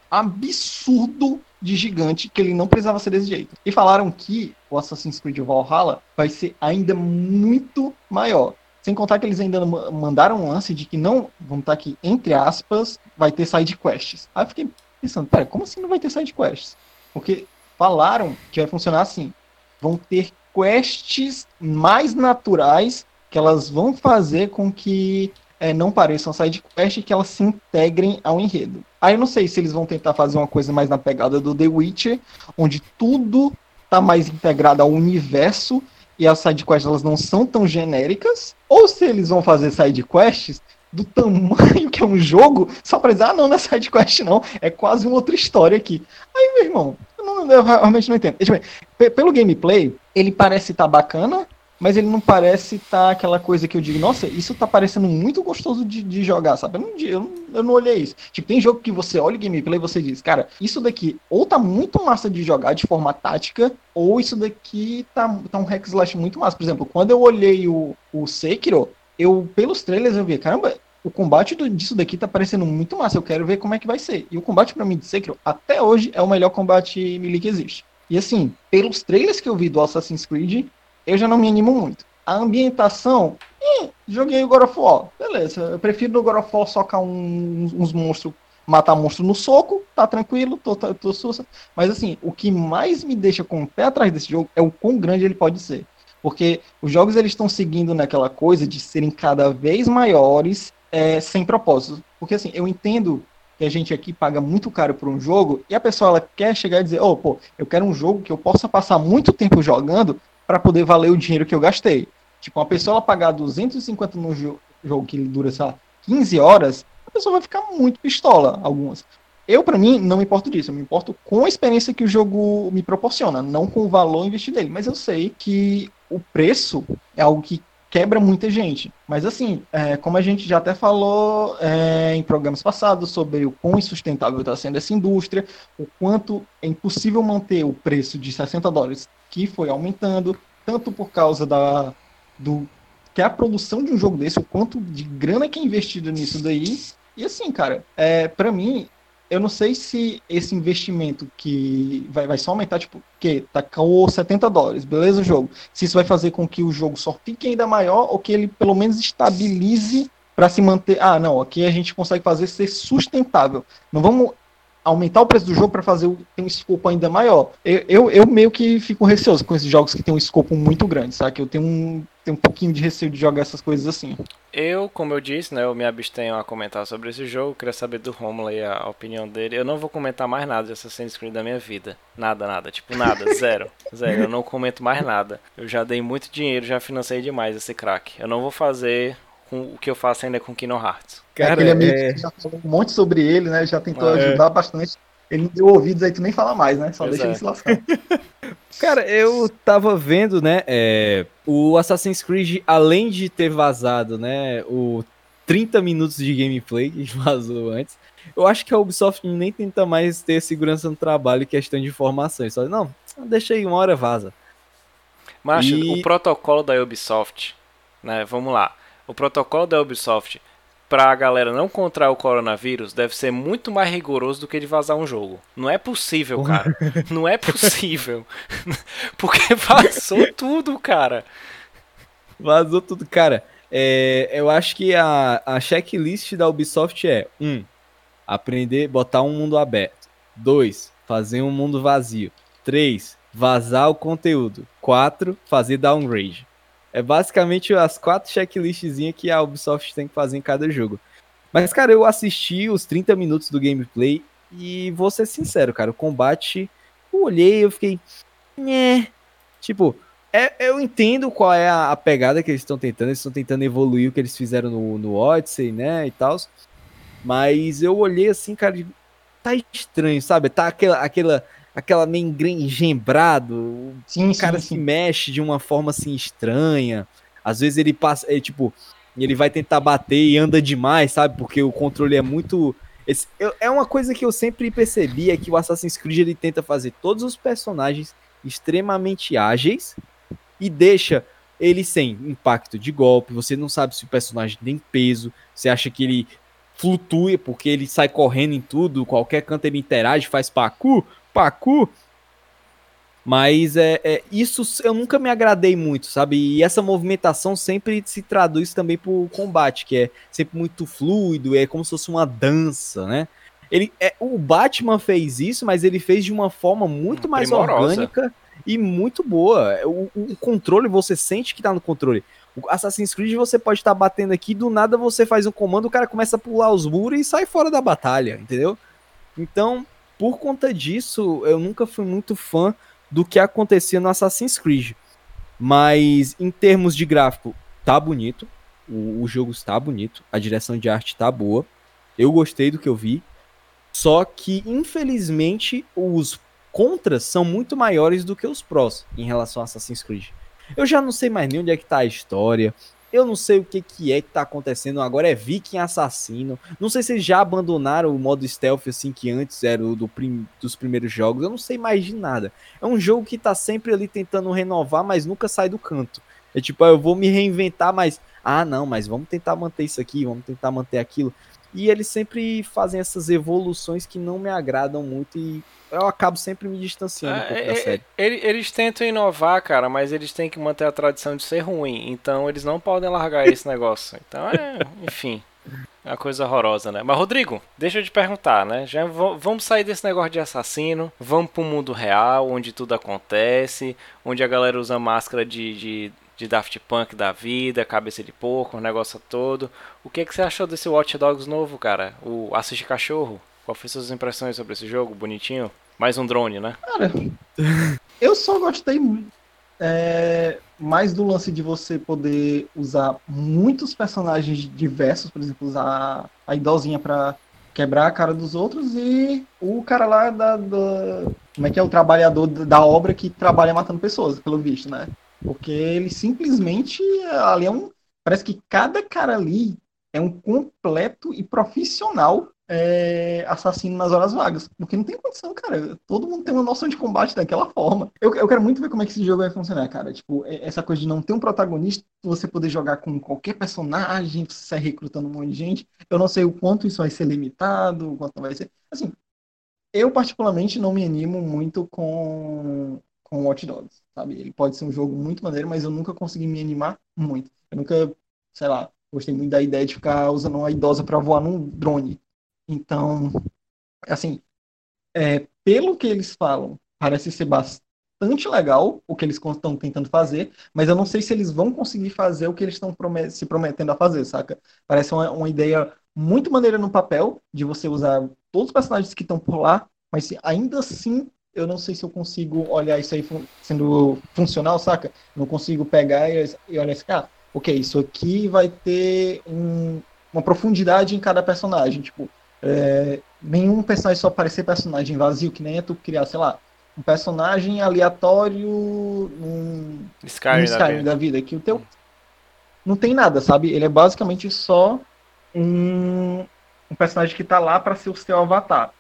absurdo de gigante que ele não precisava ser desse jeito. E falaram que o Assassin's Creed Valhalla vai ser ainda muito maior. Sem contar que eles ainda ma- mandaram um lance de que não, vamos estar aqui, entre aspas, vai ter side quests. Aí eu fiquei pensando, pera, como assim não vai ter side quests? Porque falaram que vai funcionar assim. Vão ter quests mais naturais que elas vão fazer com que é, não pareçam side quest e que elas se integrem ao enredo. Aí eu não sei se eles vão tentar fazer uma coisa mais na pegada do The Witcher, onde tudo tá mais integrado ao universo e as side quests elas não são tão genéricas, ou se eles vão fazer side quests do tamanho que é um jogo, só pra dizer, ah, não, não é side quest não, é quase uma outra história aqui. Aí, meu irmão, eu, não, eu realmente não entendo. Deixa eu ver. Pelo gameplay, ele parece estar tá bacana, mas ele não parece estar tá aquela coisa que eu digo, nossa, isso tá parecendo muito gostoso de, de jogar, sabe? Eu não, eu, não, eu não olhei isso. Tipo, tem jogo que você olha o gameplay e você diz, cara, isso daqui ou tá muito massa de jogar de forma tática, ou isso daqui tá, tá um hack slash muito massa. Por exemplo, quando eu olhei o, o Sekiro, eu, pelos trailers, eu vi, caramba, o combate do, disso daqui tá parecendo muito massa, eu quero ver como é que vai ser. E o combate pra mim de Sekiro, até hoje, é o melhor combate melee que existe. E assim, pelos trailers que eu vi do Assassin's Creed, eu já não me animo muito. A ambientação, eh, joguei o God of War, beleza, eu prefiro no God of War socar uns, uns monstros, matar monstro no soco, tá tranquilo, tô, tô, tô sussa. Mas assim, o que mais me deixa com o pé atrás desse jogo é o quão grande ele pode ser. Porque os jogos eles estão seguindo naquela coisa de serem cada vez maiores é, sem propósito. Porque assim, eu entendo que a gente aqui paga muito caro por um jogo e a pessoa ela quer chegar e dizer, oh, pô, eu quero um jogo que eu possa passar muito tempo jogando para poder valer o dinheiro que eu gastei. Tipo, uma pessoa ela pagar duzentos e cinquenta no jo jogo que dura, sei lá, quinze horas, a pessoa vai ficar muito pistola, algumas. Eu, para mim, não me importo disso. Eu me importo com a experiência que o jogo me proporciona, não com o valor investido nele. Mas eu sei que o preço é algo que quebra muita gente. Mas assim, é, como a gente já até falou é, em programas passados sobre o quão insustentável está sendo essa indústria, o quanto é impossível manter o preço de sessenta dólares, que foi aumentando, tanto por causa da, do que é a produção de um jogo desse, o quanto de grana que é investido nisso daí. E assim, cara, é, para mim, eu não sei se esse investimento que vai, vai só aumentar, tipo, que tá com setenta dólares, beleza o jogo. Se isso vai fazer com que o jogo só fique ainda maior ou que ele pelo menos estabilize para se manter. Ah, não, aqui a gente consegue fazer ser sustentável. Não vamos aumentar o preço do jogo para fazer ter um escopo ainda maior. Eu, eu, eu meio que fico receoso com esses jogos que tem um escopo muito grande, sabe? Eu tenho um, tenho um pouquinho de receio de jogar essas coisas assim. Eu, como eu disse, né, eu me abstenho a comentar sobre esse jogo, queria saber do Romulo aí a opinião dele. Eu não vou comentar mais nada de Assassin's Creed da minha vida. Nada, nada, tipo nada, zero. Zero, eu não comento mais nada. Eu já dei muito dinheiro, já financei demais esse crack. Eu não vou fazer com o que eu faço ainda com Kingdom Hearts. Cara, aquele amigo é... que já falou um monte sobre ele, né, já tentou é. ajudar bastante. Ele não deu ouvidos, aí tu nem fala mais, né, só pois deixa é. ele se lascar. Cara, eu tava vendo, né, é, o Assassin's Creed, além de ter vazado, né, o trinta minutos de gameplay que vazou antes, eu acho que a Ubisoft nem tenta mais ter segurança no trabalho e questão de informações. Só, não, deixa aí, uma hora vaza. Macho, e... o protocolo da Ubisoft, né, vamos lá, o protocolo da Ubisoft pra galera não contrair o coronavírus deve ser muito mais rigoroso do que de vazar um jogo. Não é possível, cara. Não é possível. Porque vazou tudo, cara. Vazou tudo. Cara, é, eu acho que a, a checklist da Ubisoft é um, aprender, botar um mundo aberto. dois, fazer um mundo vazio. três, vazar o conteúdo. quatro, fazer downgrade. É basicamente as quatro checklistzinhas que a Ubisoft tem que fazer em cada jogo. Mas, cara, eu assisti os trinta minutos do gameplay e vou ser sincero, cara, o combate, eu olhei, eu fiquei... Nhé. Tipo, é, eu entendo qual é a, a pegada que eles estão tentando, eles estão tentando evoluir o que eles fizeram no, no Odyssey, né, e tal. Mas eu olhei assim, cara, tá estranho, sabe? Tá aquela... aquela aquela meio engembrado, sim, o cara sim, se sim. mexe de uma forma assim estranha, às vezes ele passa, é, tipo, ele vai tentar bater e anda demais, sabe, porque o controle é muito, esse, eu, é uma coisa que eu sempre percebi, é que o Assassin's Creed ele tenta fazer todos os personagens extremamente ágeis e deixa ele sem impacto de golpe, você não sabe se o personagem tem peso, você acha que ele flutua porque ele sai correndo em tudo, qualquer canto ele interage, faz parkour, Pacu, mas é, é, isso eu nunca me agradei muito, sabe? E essa movimentação sempre se traduz também pro combate, que é sempre muito fluido, é como se fosse uma dança, né? Ele, é, o Batman fez isso, mas ele fez de uma forma muito mais Primorosa. orgânica e muito boa. O, o controle, você sente que tá no controle. O Assassin's Creed você pode estar tá batendo aqui, do nada você faz um comando, o cara começa a pular os muros e sai fora da batalha, entendeu? Então... Por conta disso, eu nunca fui muito fã do que acontecia no Assassin's Creed. Mas, em termos de gráfico, tá bonito. O, o jogo está bonito. A direção de arte tá boa. Eu gostei do que eu vi. Só que, infelizmente, os contras são muito maiores do que os prós em relação a Assassin's Creed. Eu já não sei mais nem onde é que tá a história. Eu não sei o que, que é que tá acontecendo. Agora é Viking assassino. Não sei se eles já abandonaram o modo stealth assim que antes era o do prim- dos primeiros jogos. Eu não sei mais de nada. É um jogo que tá sempre ali tentando renovar, mas nunca sai do canto. É tipo, ah, eu vou me reinventar, mas... Ah, não, mas vamos tentar manter isso aqui, vamos tentar manter aquilo. E eles sempre fazem essas evoluções que não me agradam muito e eu acabo sempre me distanciando um pouco da série. Eles tentam inovar, cara, mas eles têm que manter a tradição de ser ruim. Então eles não podem largar esse negócio. Então, é, enfim. uma coisa horrorosa, né? Mas, Rodrigo, deixa eu te perguntar, né? Já v- vamos sair desse negócio de assassino, vamos pro mundo real, onde tudo acontece, onde a galera usa máscara de, de, de Daft Punk da vida, cabeça de porco, o negócio todo. O que, que você achou desse Watch Dogs novo, cara? O Assiste Cachorro? Qual foi suas impressões sobre esse jogo? Bonitinho? Mais um drone, né? Cara, eu só gostei é, mais do lance de você poder usar muitos personagens diversos, por exemplo, usar a idosinha pra quebrar a cara dos outros e o cara lá da, da- como é que é, o trabalhador da obra que trabalha matando pessoas, pelo visto, né? Porque ele simplesmente ali é um, parece que cada cara ali é um completo e profissional é, assassino nas horas vagas. Porque não tem condição, cara. Todo mundo tem uma noção de combate daquela forma. Eu, eu quero muito ver como é que esse jogo vai funcionar, cara. Tipo, é- essa coisa de não ter um protagonista, você poder jogar com qualquer personagem, você sair recrutando um monte de gente. Eu não sei o quanto isso vai ser limitado, o quanto não vai ser. Assim, eu particularmente não me animo muito com com Watch Dogs, sabe? Ele pode ser um jogo muito maneiro, mas eu nunca consegui me animar muito. Eu nunca, sei lá, gostei muito da ideia de ficar usando uma idosa para voar num drone. Então, assim, é, pelo que eles falam, parece ser bastante legal o que eles estão tentando fazer, mas eu não sei se eles vão conseguir fazer o que eles estão promet se prometendo a fazer, saca? Parece uma, uma ideia muito maneira no papel, de você usar todos os personagens que estão por lá, mas se- ainda assim eu não sei se eu consigo olhar isso aí fun sendo funcional, saca? Não consigo pegar e, e olhar assim, ah, ok, isso aqui vai ter um, uma profundidade em cada personagem, tipo, é, nenhum personagem só parecer personagem vazio, que nem é tu criar, sei lá, um personagem aleatório num, num Skyrim da Skyrim vida. da vida, que o teu não tem nada, sabe? Ele é basicamente só um, um personagem que tá lá para ser o seu avatar.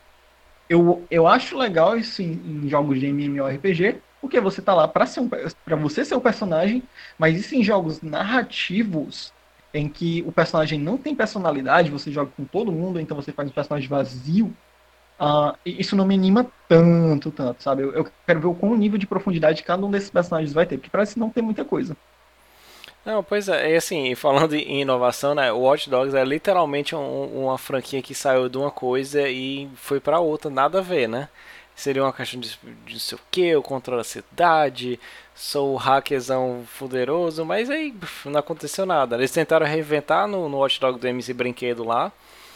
Eu, eu acho legal isso em, em jogos de MMORPG, porque você tá lá para ser um, para você ser o personagem, mas isso em jogos narrativos em que o personagem não tem personalidade, você joga com todo mundo, então você faz um personagem vazio. Ah, e isso não me anima tanto, tanto, sabe? Eu, eu quero ver o qual nível de profundidade cada um desses personagens vai ter, porque parece não ter muita coisa. Não, pois é, e assim, falando em inovação, né, o Watch Dogs é literalmente um- uma franquia que saiu de uma coisa e foi pra outra, nada a ver, né? Seria uma questão de, de não sei o que, eu controlo a cidade, sou o hackerzão fuderoso, mas aí pff, não aconteceu nada. Eles tentaram reinventar no, no Watch Dogs do M C Brinquedo lá,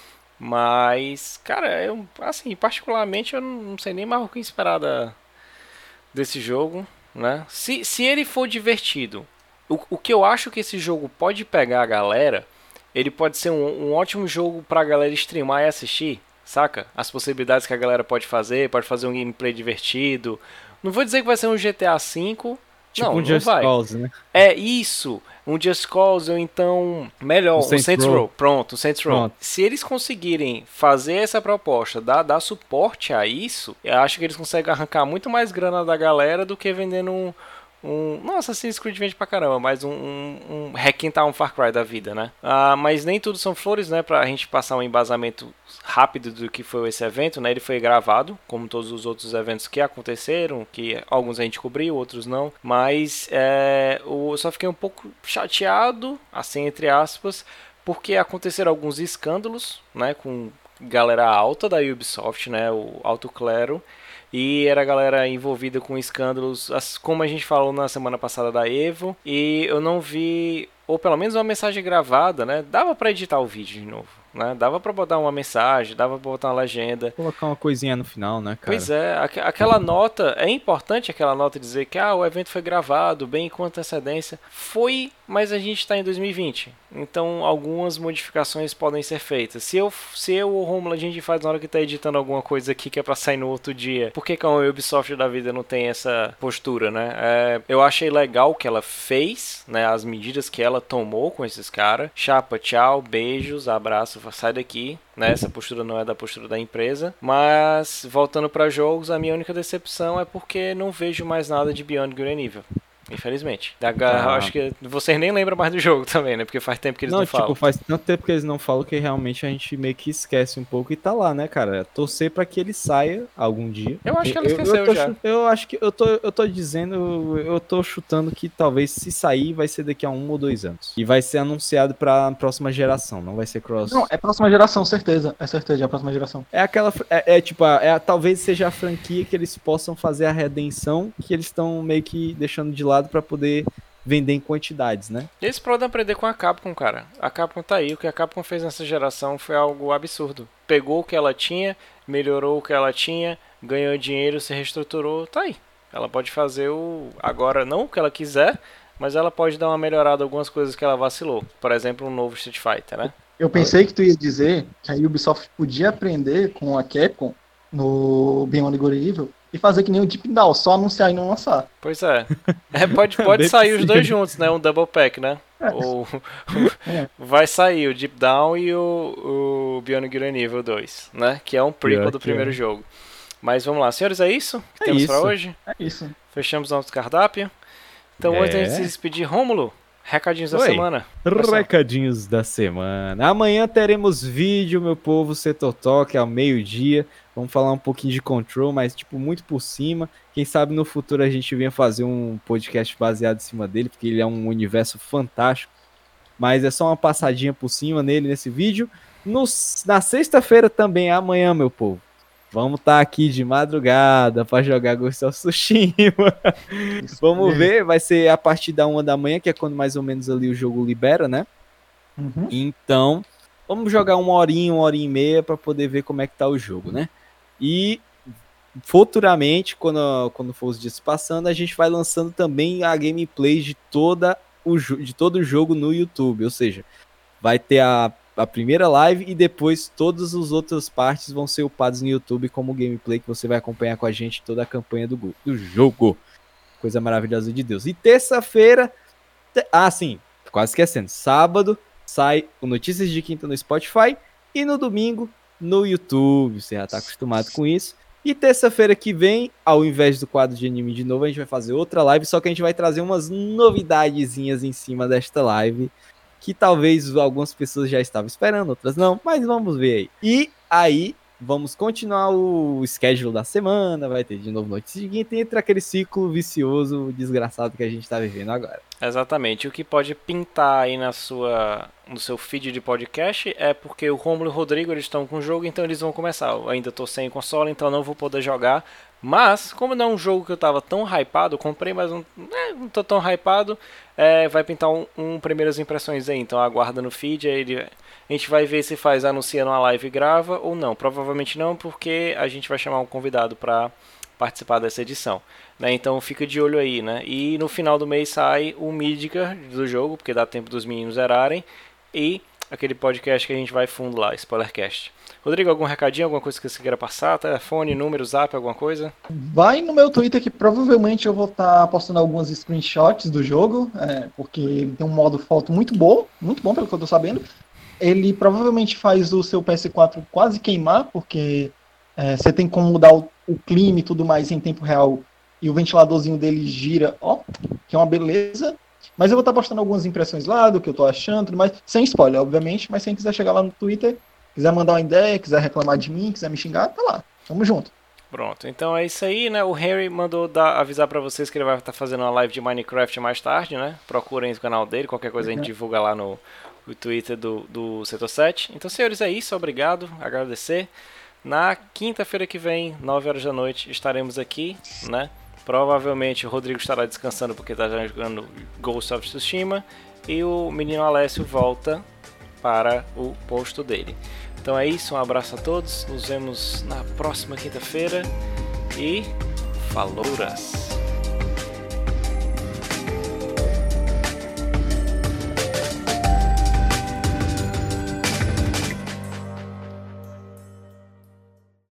mas, cara, eu, assim, particularmente eu não, não sei nem mais o que esperar da, desse jogo, né? Se, se ele for divertido, o, o que eu acho que esse jogo pode pegar a galera, ele pode ser um, um ótimo jogo pra galera streamar e assistir, saca? As possibilidades que a galera pode fazer, pode fazer um gameplay divertido. Não vou dizer que vai ser um G T A cinco, Tipo não, um não Just vai. Cause, né? É isso, um Just Cause ou então, Um melhor, um Saints Saints Row. Row. Pronto, um Saints Row. Pronto. Se eles conseguirem fazer essa proposta, dar, dar suporte a isso, eu acho que eles conseguem arrancar muito mais grana da galera do que vendendo um. Um, nossa, Assassin's Creed vende pra caramba, mas um, um, um requentar um Far Cry da vida, né? Ah, mas nem tudo são flores, né? Pra gente passar um embasamento rápido do que foi esse evento, né? Ele foi gravado, como todos os outros eventos que aconteceram, que alguns a gente cobriu, outros não. Mas é, eu só fiquei um pouco chateado, assim, entre aspas, porque aconteceram alguns escândalos, né? Com galera alta da Ubisoft, né? O alto clero. E era a galera envolvida com escândalos, como a gente falou na semana passada da Evo. E eu não vi, ou pelo menos uma mensagem gravada, né? Dava pra editar o vídeo de novo, né? Dava pra botar uma mensagem, dava pra botar uma legenda. Colocar uma coisinha no final, né, cara? Pois é, aqu- aquela nota, é importante aquela nota dizer que ah, o evento foi gravado bem com antecedência. Foi, mas a gente está em dois mil e vinte, então algumas modificações podem ser feitas. Se eu, se eu ou o Romulo a gente faz na hora que está editando alguma coisa aqui que é para sair no outro dia, por que, que a Ubisoft da vida não tem essa postura, né? É, eu achei legal o que ela fez, né? As medidas que ela tomou com esses caras. Chapa, tchau, beijos, abraço, sai daqui. Né? Essa postura não é da postura da empresa. Mas, voltando para jogos, a minha única decepção é porque não vejo mais nada de Beyond Good and Evil. Infelizmente. Da, ah. Acho que vocês nem lembram mais do jogo também, né? Porque faz tempo que eles não, não tipo, falam. Faz tanto tempo que eles não falam que realmente a gente meio que esquece um pouco e tá lá, né, cara? Torcer pra que ele saia algum dia. Eu acho que ela esqueceu eu, eu já. Eu acho que eu tô, eu tô dizendo, eu tô chutando que talvez se sair vai ser daqui a um ou dois anos. E vai ser anunciado pra próxima geração, não vai ser cross. Não, é próxima geração, certeza. É certeza, é a próxima geração. É aquela, é, é tipo, é, talvez seja a franquia que eles possam fazer a redenção que eles estão meio que deixando de lado pra poder vender em quantidades, né? Eles podem aprender com a Capcom, cara. A Capcom tá aí. O que a Capcom fez nessa geração foi algo absurdo. Pegou o que ela tinha, melhorou o que ela tinha, ganhou dinheiro, se reestruturou, tá aí. Ela pode fazer o agora não o que ela quiser, mas ela pode dar uma melhorada em algumas coisas que ela vacilou. Por exemplo, um novo Street Fighter, né? Eu pensei que tu ia dizer que a Ubisoft podia aprender com a Capcom no Beyond Good and Evil e fazer que nem o Deep Down, só anunciar e não lançar. Pois é. é pode pode sair possível. Os dois juntos, né? Um double pack, né? É. Ou é. Vai sair o Deep Down e o, o Beyond Good and Evil dois, né? Que é um prequel do primeiro é. jogo. Mas vamos lá, senhores, é isso que é temos isso. pra hoje? É isso. Fechamos nosso cardápio. Então, é. antes de se despedir, Rômulo, recadinhos Oi. da semana. Recadinhos da semana. Amanhã teremos vídeo, meu povo, Setor Talk, ao meio-dia. Vamos falar um pouquinho de Control, mas tipo, muito por cima. Quem sabe no futuro a gente venha fazer um podcast baseado em cima dele, porque ele é um universo fantástico. Mas é só uma passadinha por cima nele, nesse vídeo. No, na sexta-feira também, amanhã, meu povo. Vamos estar tá aqui de madrugada para jogar Ghost of Tsushima. Vamos ver, vai ser a partir da uma da manhã, que é quando mais ou menos ali o jogo libera, né? Uhum. Então, vamos jogar uma horinha, uma hora e meia para poder ver como é que tá o jogo, né? E futuramente, quando, quando for os dias passando, a gente vai lançando também a gameplay de, toda o, de todo o jogo no YouTube. Ou seja, vai ter a, a primeira live e depois todas as outras partes vão ser upadas no YouTube como gameplay que você vai acompanhar com a gente toda a campanha do, do jogo. Coisa maravilhosa de Deus. E terça-feira... Te... Ah, sim, quase esquecendo. Sábado sai o Notícias de Quinta no Spotify e no domingo no YouTube. Você já tá acostumado com isso. E terça-feira que vem, ao invés do quadro de anime de novo, a gente vai fazer outra live, só que a gente vai trazer umas novidadezinhas em cima desta live, que talvez algumas pessoas já estavam esperando, outras não, mas vamos ver aí. E aí, vamos continuar o schedule da semana, vai ter de novo notícias de quinta, entra aquele ciclo vicioso, desgraçado que a gente tá vivendo agora. Exatamente, o que pode pintar aí na sua, no seu feed de podcast é porque o Rômulo e o Rodrigo eles estão com o jogo, então eles vão começar. Eu ainda tô sem console, então não vou poder jogar. Mas, como não é um jogo que eu tava tão hypado, eu comprei, mas não, é, não tô tão hypado, é, vai pintar um, um primeiras impressões aí. Então aguarda no feed, aí ele, a gente vai ver se faz anuncia numa live e grava ou não. Provavelmente não, porque a gente vai chamar um convidado para participar dessa edição, né? Então fica de olho aí, né? E no final do mês sai o Midgar do jogo, porque dá tempo dos meninos zerarem, e aquele podcast que a gente vai fundo lá, Spoilercast. Rodrigo, algum recadinho, alguma coisa que você queira passar? Telefone, número, zap, alguma coisa? Vai no meu Twitter que provavelmente eu vou estar postando algumas screenshots do jogo, é, porque ele tem um modo foto muito bom, muito bom pelo que eu tô sabendo. Ele provavelmente faz o seu P S quatro quase queimar, porque é, você tem como mudar o, o clima e tudo mais em tempo real, e o ventiladorzinho dele gira, ó, que é uma beleza. Mas eu vou estar postando algumas impressões lá do que eu tô achando, mas sem spoiler, obviamente, mas quem quiser chegar lá no Twitter, quiser mandar uma ideia, quiser reclamar de mim, quiser me xingar, tá lá. Tamo junto. Pronto, então é isso aí, né? O Henry mandou dar, avisar pra vocês que ele vai estar fazendo uma live de Minecraft mais tarde, né? Procurem o canal dele, qualquer coisa a gente divulga lá no, no Twitter do, do Setor sete. Então, senhores, é isso, obrigado, agradecer. Na quinta-feira que vem, nove horas da noite, estaremos aqui, né? Provavelmente o Rodrigo estará descansando porque está jogando Ghost of Tsushima e o menino Alessio volta para o posto dele. Então é isso, um abraço a todos, nos vemos na próxima quinta-feira e falouras!